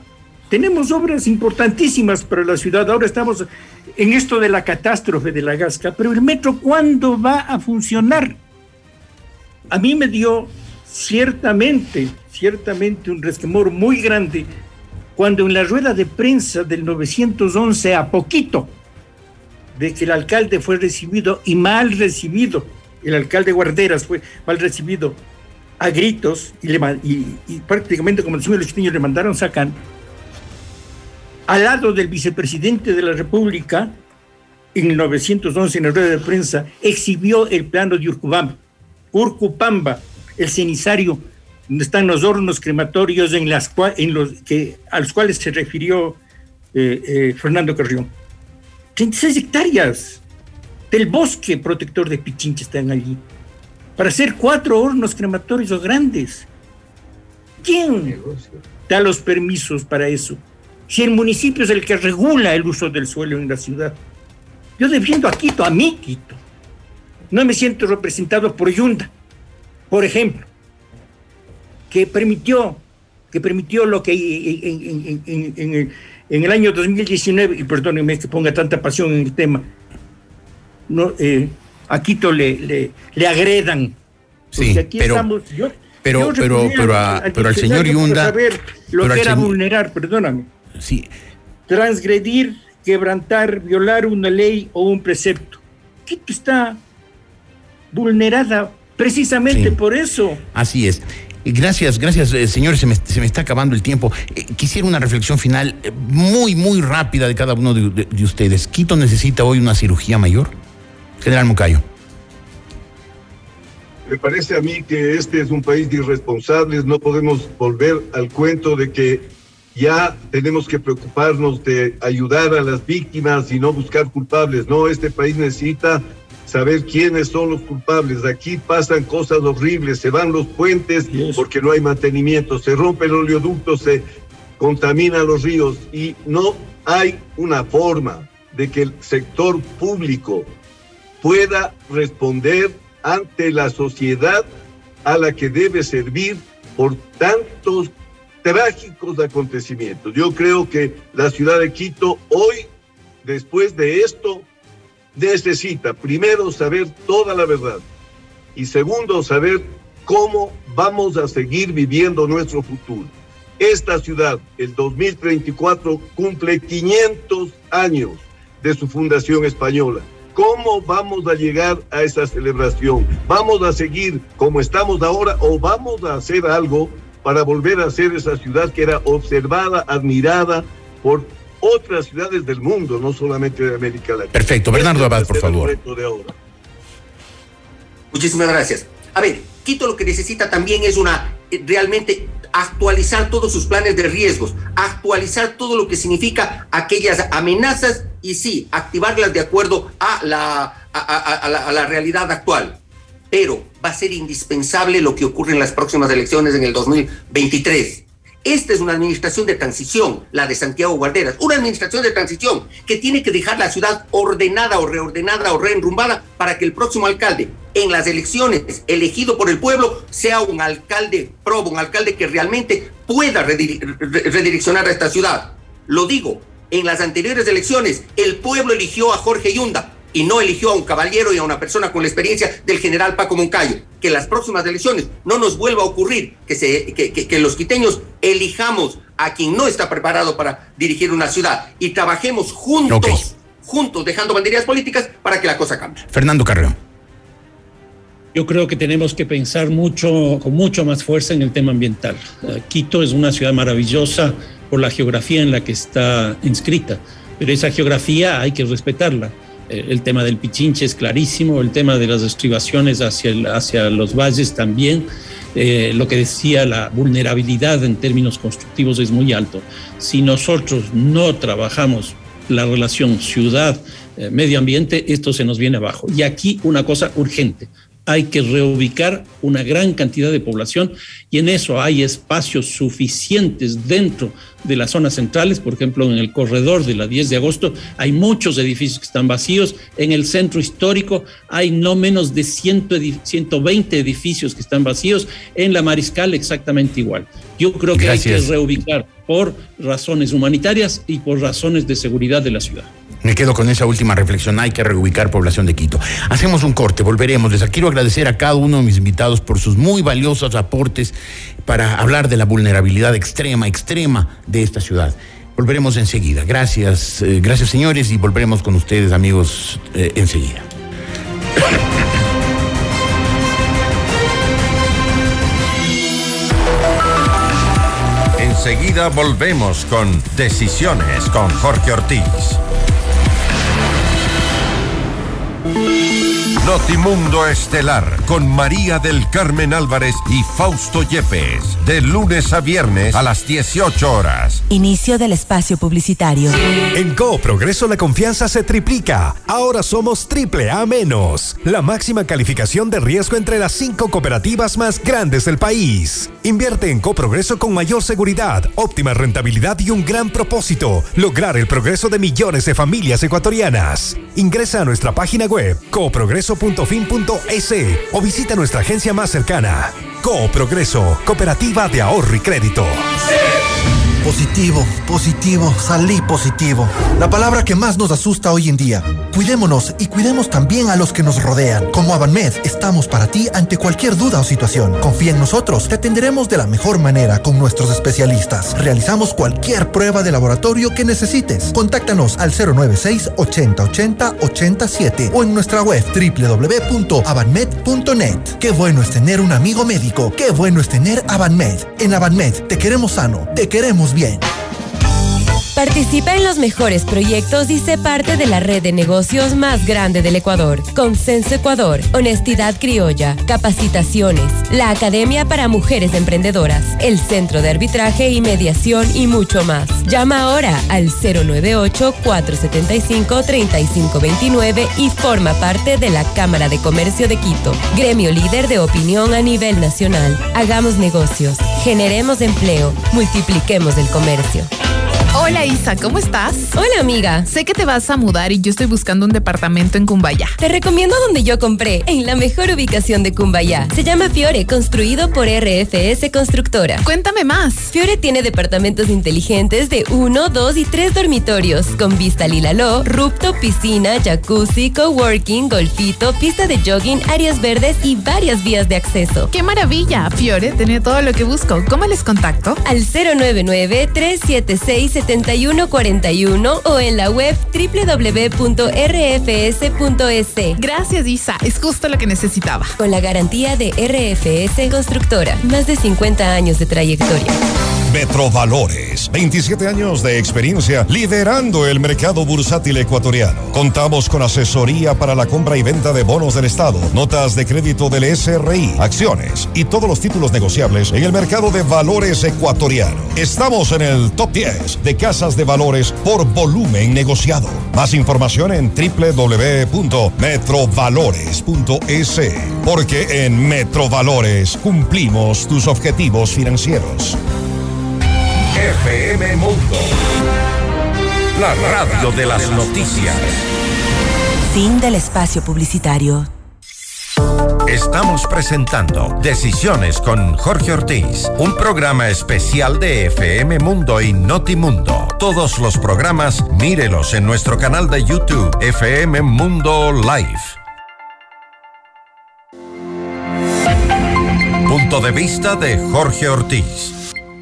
tenemos obras importantísimas para la ciudad. Ahora estamos en esto de la catástrofe de la Gasca, pero el metro, ¿cuándo va a funcionar? A mí me dio ciertamente, ciertamente un resquemor muy grande cuando en la rueda de prensa del novecientos once, a poquito de que el alcalde fue recibido y mal recibido, el alcalde Guarderas fue mal recibido a gritos y, le, y, y prácticamente, como decimos los quiteños, le mandaron sacan, al lado del vicepresidente de la República, en el novecientos once, en la rueda de prensa, exhibió el plano de Urcubamba, Urcupamba, el cenizario, donde están los hornos crematorios en las en los que, a los cuales se refirió eh, eh, Fernando Carrión. treinta y seis hectáreas del bosque protector de Pichincha están allí, para hacer cuatro hornos crematorios grandes. ¿Quién da los permisos para eso? Si el municipio es el que regula el uso del suelo en la ciudad. Yo defiendo a Quito, a mí Quito. No me siento representado por Yunda, por ejemplo, que permitió, que permitió lo que en, en, en, en, en el año dos mil diecinueve, y perdónenme que ponga tanta pasión en el tema, no, eh, a Quito le, le, le agredan. Sí, aquí pero, estamos, yo, pero, yo pero, pero, a, al, pero al señor Yunda... Saber lo que era señor, vulnerar, perdóname. Sí. Transgredir, quebrantar, violar una ley o un precepto. Quito está vulnerada precisamente sí. por eso. Así es. Gracias, gracias, eh, señores, se me, se me está acabando el tiempo. Eh, quisiera una reflexión final eh, muy, muy rápida de cada uno de, de, de ustedes. ¿Quito necesita hoy una cirugía mayor? General Moncayo. Me parece a mí que este es un país de irresponsables. No podemos volver al cuento de que ya tenemos que preocuparnos de ayudar a las víctimas y no buscar culpables. No, este país necesita saber quiénes son los culpables. Aquí pasan cosas horribles, se van los puentes yes. porque no hay mantenimiento, se rompen los oleoductos, se contaminan los ríos y no hay una forma de que el sector público pueda responder ante la sociedad a la que debe servir por tantos trágicos acontecimientos. Yo creo que la ciudad de Quito hoy, después de esto, necesita primero saber toda la verdad y segundo saber cómo vamos a seguir viviendo nuestro futuro. Esta ciudad, el dos mil treinta y cuatro, cumple quinientos años de su fundación española. ¿Cómo vamos a llegar a esa celebración? ¿Vamos a seguir como estamos ahora o vamos a hacer algo para volver a ser esa ciudad que era observada, admirada por otras ciudades del mundo, no solamente de América Latina? Perfecto. Bernardo Abad, por favor. Muchísimas gracias. A ver, Quito lo que necesita también es una, realmente actualizar todos sus planes de riesgos, actualizar todo lo que significa aquellas amenazas y sí, activarlas de acuerdo a la, a, a, a la, a la realidad actual. Pero va a ser indispensable lo que ocurre en las próximas elecciones en el dos mil veintitrés. Esta es una administración de transición, la de Santiago Guarderas, una administración de transición que tiene que dejar la ciudad ordenada o reordenada o reenrumbada para que el próximo alcalde en las elecciones elegido por el pueblo sea un alcalde probo, un alcalde que realmente pueda redire- redireccionar a esta ciudad. Lo digo, en las anteriores elecciones el pueblo eligió a Jorge Yunda y no eligió a un caballero y a una persona con la experiencia del general Paco Moncayo. Que en las próximas elecciones no nos vuelva a ocurrir que, se, que, que, que los quiteños elijamos a quien no está preparado para dirigir una ciudad y trabajemos juntos, okay. juntos, dejando banderías políticas para que la cosa cambie. Fernando Carreón. Yo creo que tenemos que pensar mucho, con mucho más fuerza en el tema ambiental. Uh, Quito es una ciudad maravillosa por la geografía en la que está inscrita, pero esa geografía hay que respetarla. El tema del Pichinche es clarísimo, el tema de las estribaciones hacia, el, hacia los valles también, eh, lo que decía, la vulnerabilidad en términos constructivos es muy alto. Si nosotros no trabajamos la relación ciudad-medio ambiente, esto se nos viene abajo. Y aquí una cosa urgente, hay que reubicar una gran cantidad de población y en eso hay espacios suficientes dentro de las zonas centrales. Por ejemplo, en el corredor de la diez de agosto hay muchos edificios que están vacíos. En el centro histórico hay no menos de ciento veinte edificios que están vacíos. En la Mariscal exactamente igual. Yo creo que Gracias. hay que reubicar por razones humanitarias y por razones de seguridad de la ciudad. Me quedo con esa última reflexión. Hay que reubicar población de Quito. Hacemos un corte, volveremos. Les quiero agradecer a cada uno de mis invitados por sus muy valiosos aportes para hablar de la vulnerabilidad extrema, extrema de esta ciudad. Volveremos enseguida. Gracias, eh, gracias señores, y volveremos con ustedes, amigos, eh, enseguida. Enseguida volvemos con Decisiones con Jorge Ortiz. Notimundo Estelar con María del Carmen Álvarez y Fausto Yepes, de lunes a viernes a las dieciocho horas. Inicio del espacio publicitario. En Coop Progreso la confianza se triplica. Ahora somos triple A menos, la máxima calificación de riesgo entre las cinco cooperativas más grandes del país. Invierte en Coop Progreso con mayor seguridad, óptima rentabilidad y un gran propósito: lograr el progreso de millones de familias ecuatorianas. Ingresa a nuestra página web coprogreso punto fin punto es o visita nuestra agencia más cercana. Coop Progreso, Cooperativa de Ahorro y Crédito. Positivo, positivo, salí positivo. La palabra que más nos asusta hoy en día. Cuidémonos y cuidemos también a los que nos rodean. Como Avanmed, estamos para ti ante cualquier duda o situación. Confía en nosotros, te atenderemos de la mejor manera con nuestros especialistas. Realizamos cualquier prueba de laboratorio que necesites. Contáctanos al cero nueve seis, ochenta, ochenta, ochenta siete o en nuestra web doble u doble u doble u punto avanmed punto net. Qué bueno es tener un amigo médico. Qué bueno es tener Avanmed. En Avanmed te queremos sano, te queremos bien. Participa en los mejores proyectos y sé parte de la red de negocios más grande del Ecuador. Consenso Ecuador, Honestidad Criolla, Capacitaciones, la Academia para Mujeres Emprendedoras, el Centro de Arbitraje y Mediación y mucho más. Llama ahora al cero nueve ocho, cuatro siete cinco, tres cinco dos nueve y forma parte de la Cámara de Comercio de Quito, gremio líder de opinión a nivel nacional. Hagamos negocios, generemos empleo, multipliquemos el comercio. Hola Isa, ¿cómo estás? Hola amiga. Sé que te vas a mudar y yo estoy buscando un departamento en Cumbayá. Te recomiendo donde yo compré, en la mejor ubicación de Cumbayá. Se llama Fiore, construido por R F S Constructora. Cuéntame más. Fiore tiene departamentos inteligentes de uno, dos y tres dormitorios, con vista al Ilaló, rooftop, piscina, jacuzzi, coworking, golfito, pista de jogging, áreas verdes y varias vías de acceso. ¡Qué maravilla! Fiore tiene todo lo que busco. ¿Cómo les contacto? Al cero nueve nueve, tres siete seis, siete uno cuatro uno o en la web doble u doble u doble u punto r f s punto es. Gracias Isa, es justo lo que necesitaba. Con la garantía de R F S Constructora, más de cincuenta años de trayectoria. Metrovalores, veintisiete años de experiencia liderando el mercado bursátil ecuatoriano. Contamos con asesoría para la compra y venta de bonos del Estado, notas de crédito del S R I, acciones y todos los títulos negociables en el mercado de valores ecuatoriano. Estamos en el top diez de casas de valores por volumen negociado. Más información en doble u doble u doble u punto metrovalores punto es, porque en Metrovalores cumplimos tus objetivos financieros. F M Mundo, la radio de las noticias. Fin del espacio publicitario. Estamos presentando Decisiones con Jorge Ortiz, un programa especial de F M Mundo y Notimundo. Todos los programas, mírelos en nuestro canal de YouTube, F M Mundo Live. Punto de vista de Jorge Ortiz.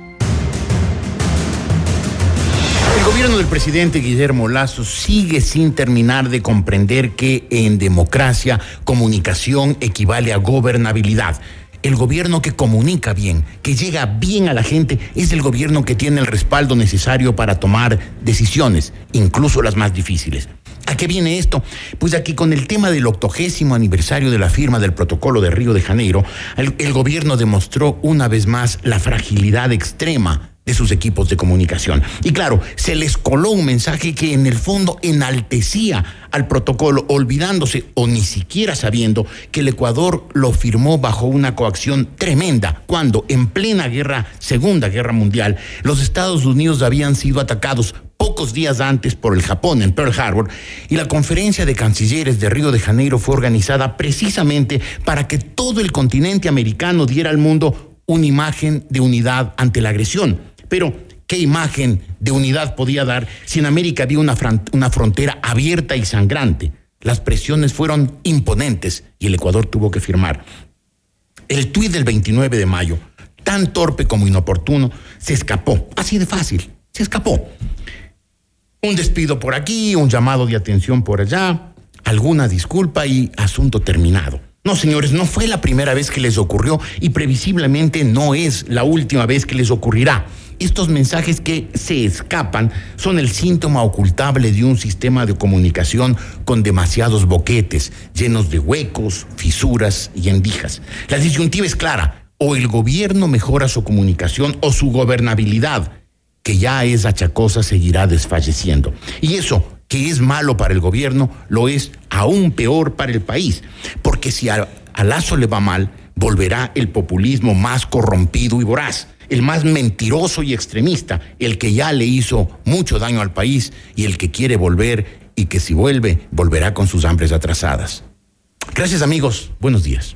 El gobierno del presidente Guillermo Lasso sigue sin terminar de comprender que en democracia comunicación equivale a gobernabilidad. El gobierno que comunica bien, que llega bien a la gente, es el gobierno que tiene el respaldo necesario para tomar decisiones, incluso las más difíciles. ¿A qué viene esto? Pues aquí con el tema del octogésimo aniversario de la firma del protocolo de Río de Janeiro, el, el gobierno demostró una vez más la fragilidad extrema de sus equipos de comunicación. Y claro, se les coló un mensaje que en el fondo enaltecía al protocolo, olvidándose o ni siquiera sabiendo que el Ecuador lo firmó bajo una coacción tremenda, cuando en plena guerra, Segunda Guerra Mundial, los Estados Unidos habían sido atacados pocos días antes por el Japón en Pearl Harbor, y la conferencia de cancilleres de Río de Janeiro fue organizada precisamente para que todo el continente americano diera al mundo una imagen de unidad ante la agresión. Pero ¿Qué imagen de unidad podía dar si en América había una, una frontera abierta y sangrante? Las presiones fueron imponentes y el Ecuador tuvo que firmar. El tuit del veintinueve de mayo, tan torpe como inoportuno, se escapó. Así de fácil, se escapó. Un despido por aquí, un llamado de atención por allá, alguna disculpa y asunto terminado. No, señores, no fue la primera vez que les ocurrió y previsiblemente no es la última vez que les ocurrirá. Estos mensajes que se escapan son el síntoma ocultable de un sistema de comunicación con demasiados boquetes, llenos de huecos, fisuras y endijas. La disyuntiva es clara: o el gobierno mejora su comunicación o su gobernabilidad, que ya es achacosa, seguirá desfalleciendo. Y eso, que es malo para el gobierno, lo es aún peor para el país, porque si a, a Lazo le va mal, volverá el populismo más corrompido y voraz, el más mentiroso y extremista, el que ya le hizo mucho daño al país y el que quiere volver y que si vuelve, volverá con sus hambres atrasadas. Gracias, amigos. Buenos días.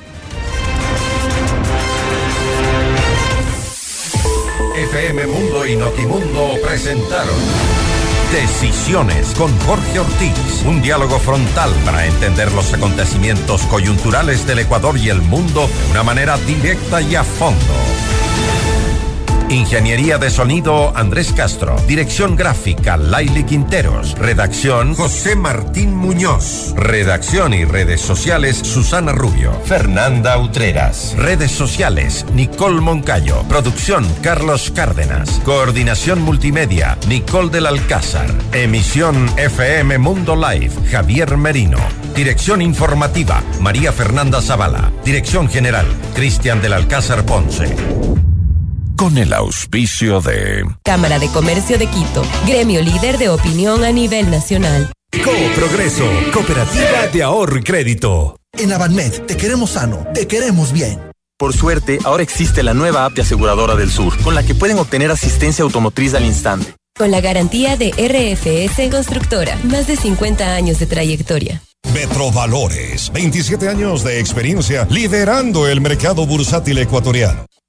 F M Mundo y Notimundo presentaron Decisiones con Jorge Ortiz. Un diálogo frontal para entender los acontecimientos coyunturales del Ecuador y el mundo de una manera directa y a fondo. Ingeniería de sonido Andrés Castro. Dirección gráfica Laili Quinteros. Redacción José Martín Muñoz. Redacción y redes sociales Susana Rubio. Fernanda Utreras. Redes sociales Nicole Moncayo. Producción Carlos Cárdenas. Coordinación multimedia Nicole del Alcázar. Emisión F M Mundo Live Javier Merino. Dirección informativa María Fernanda Zavala. Dirección general Cristian del Alcázar Ponce. Con el auspicio de Cámara de Comercio de Quito, gremio líder de opinión a nivel nacional. Coprogreso, cooperativa de ahorro y crédito. En Avanmed te queremos sano, te queremos bien. Por suerte, ahora existe la nueva app de Aseguradora del Sur, con la que pueden obtener asistencia automotriz al instante. Con la garantía de R F S Constructora, más de cincuenta años de trayectoria. Petrovalores, veintisiete años de experiencia liderando el mercado bursátil ecuatoriano.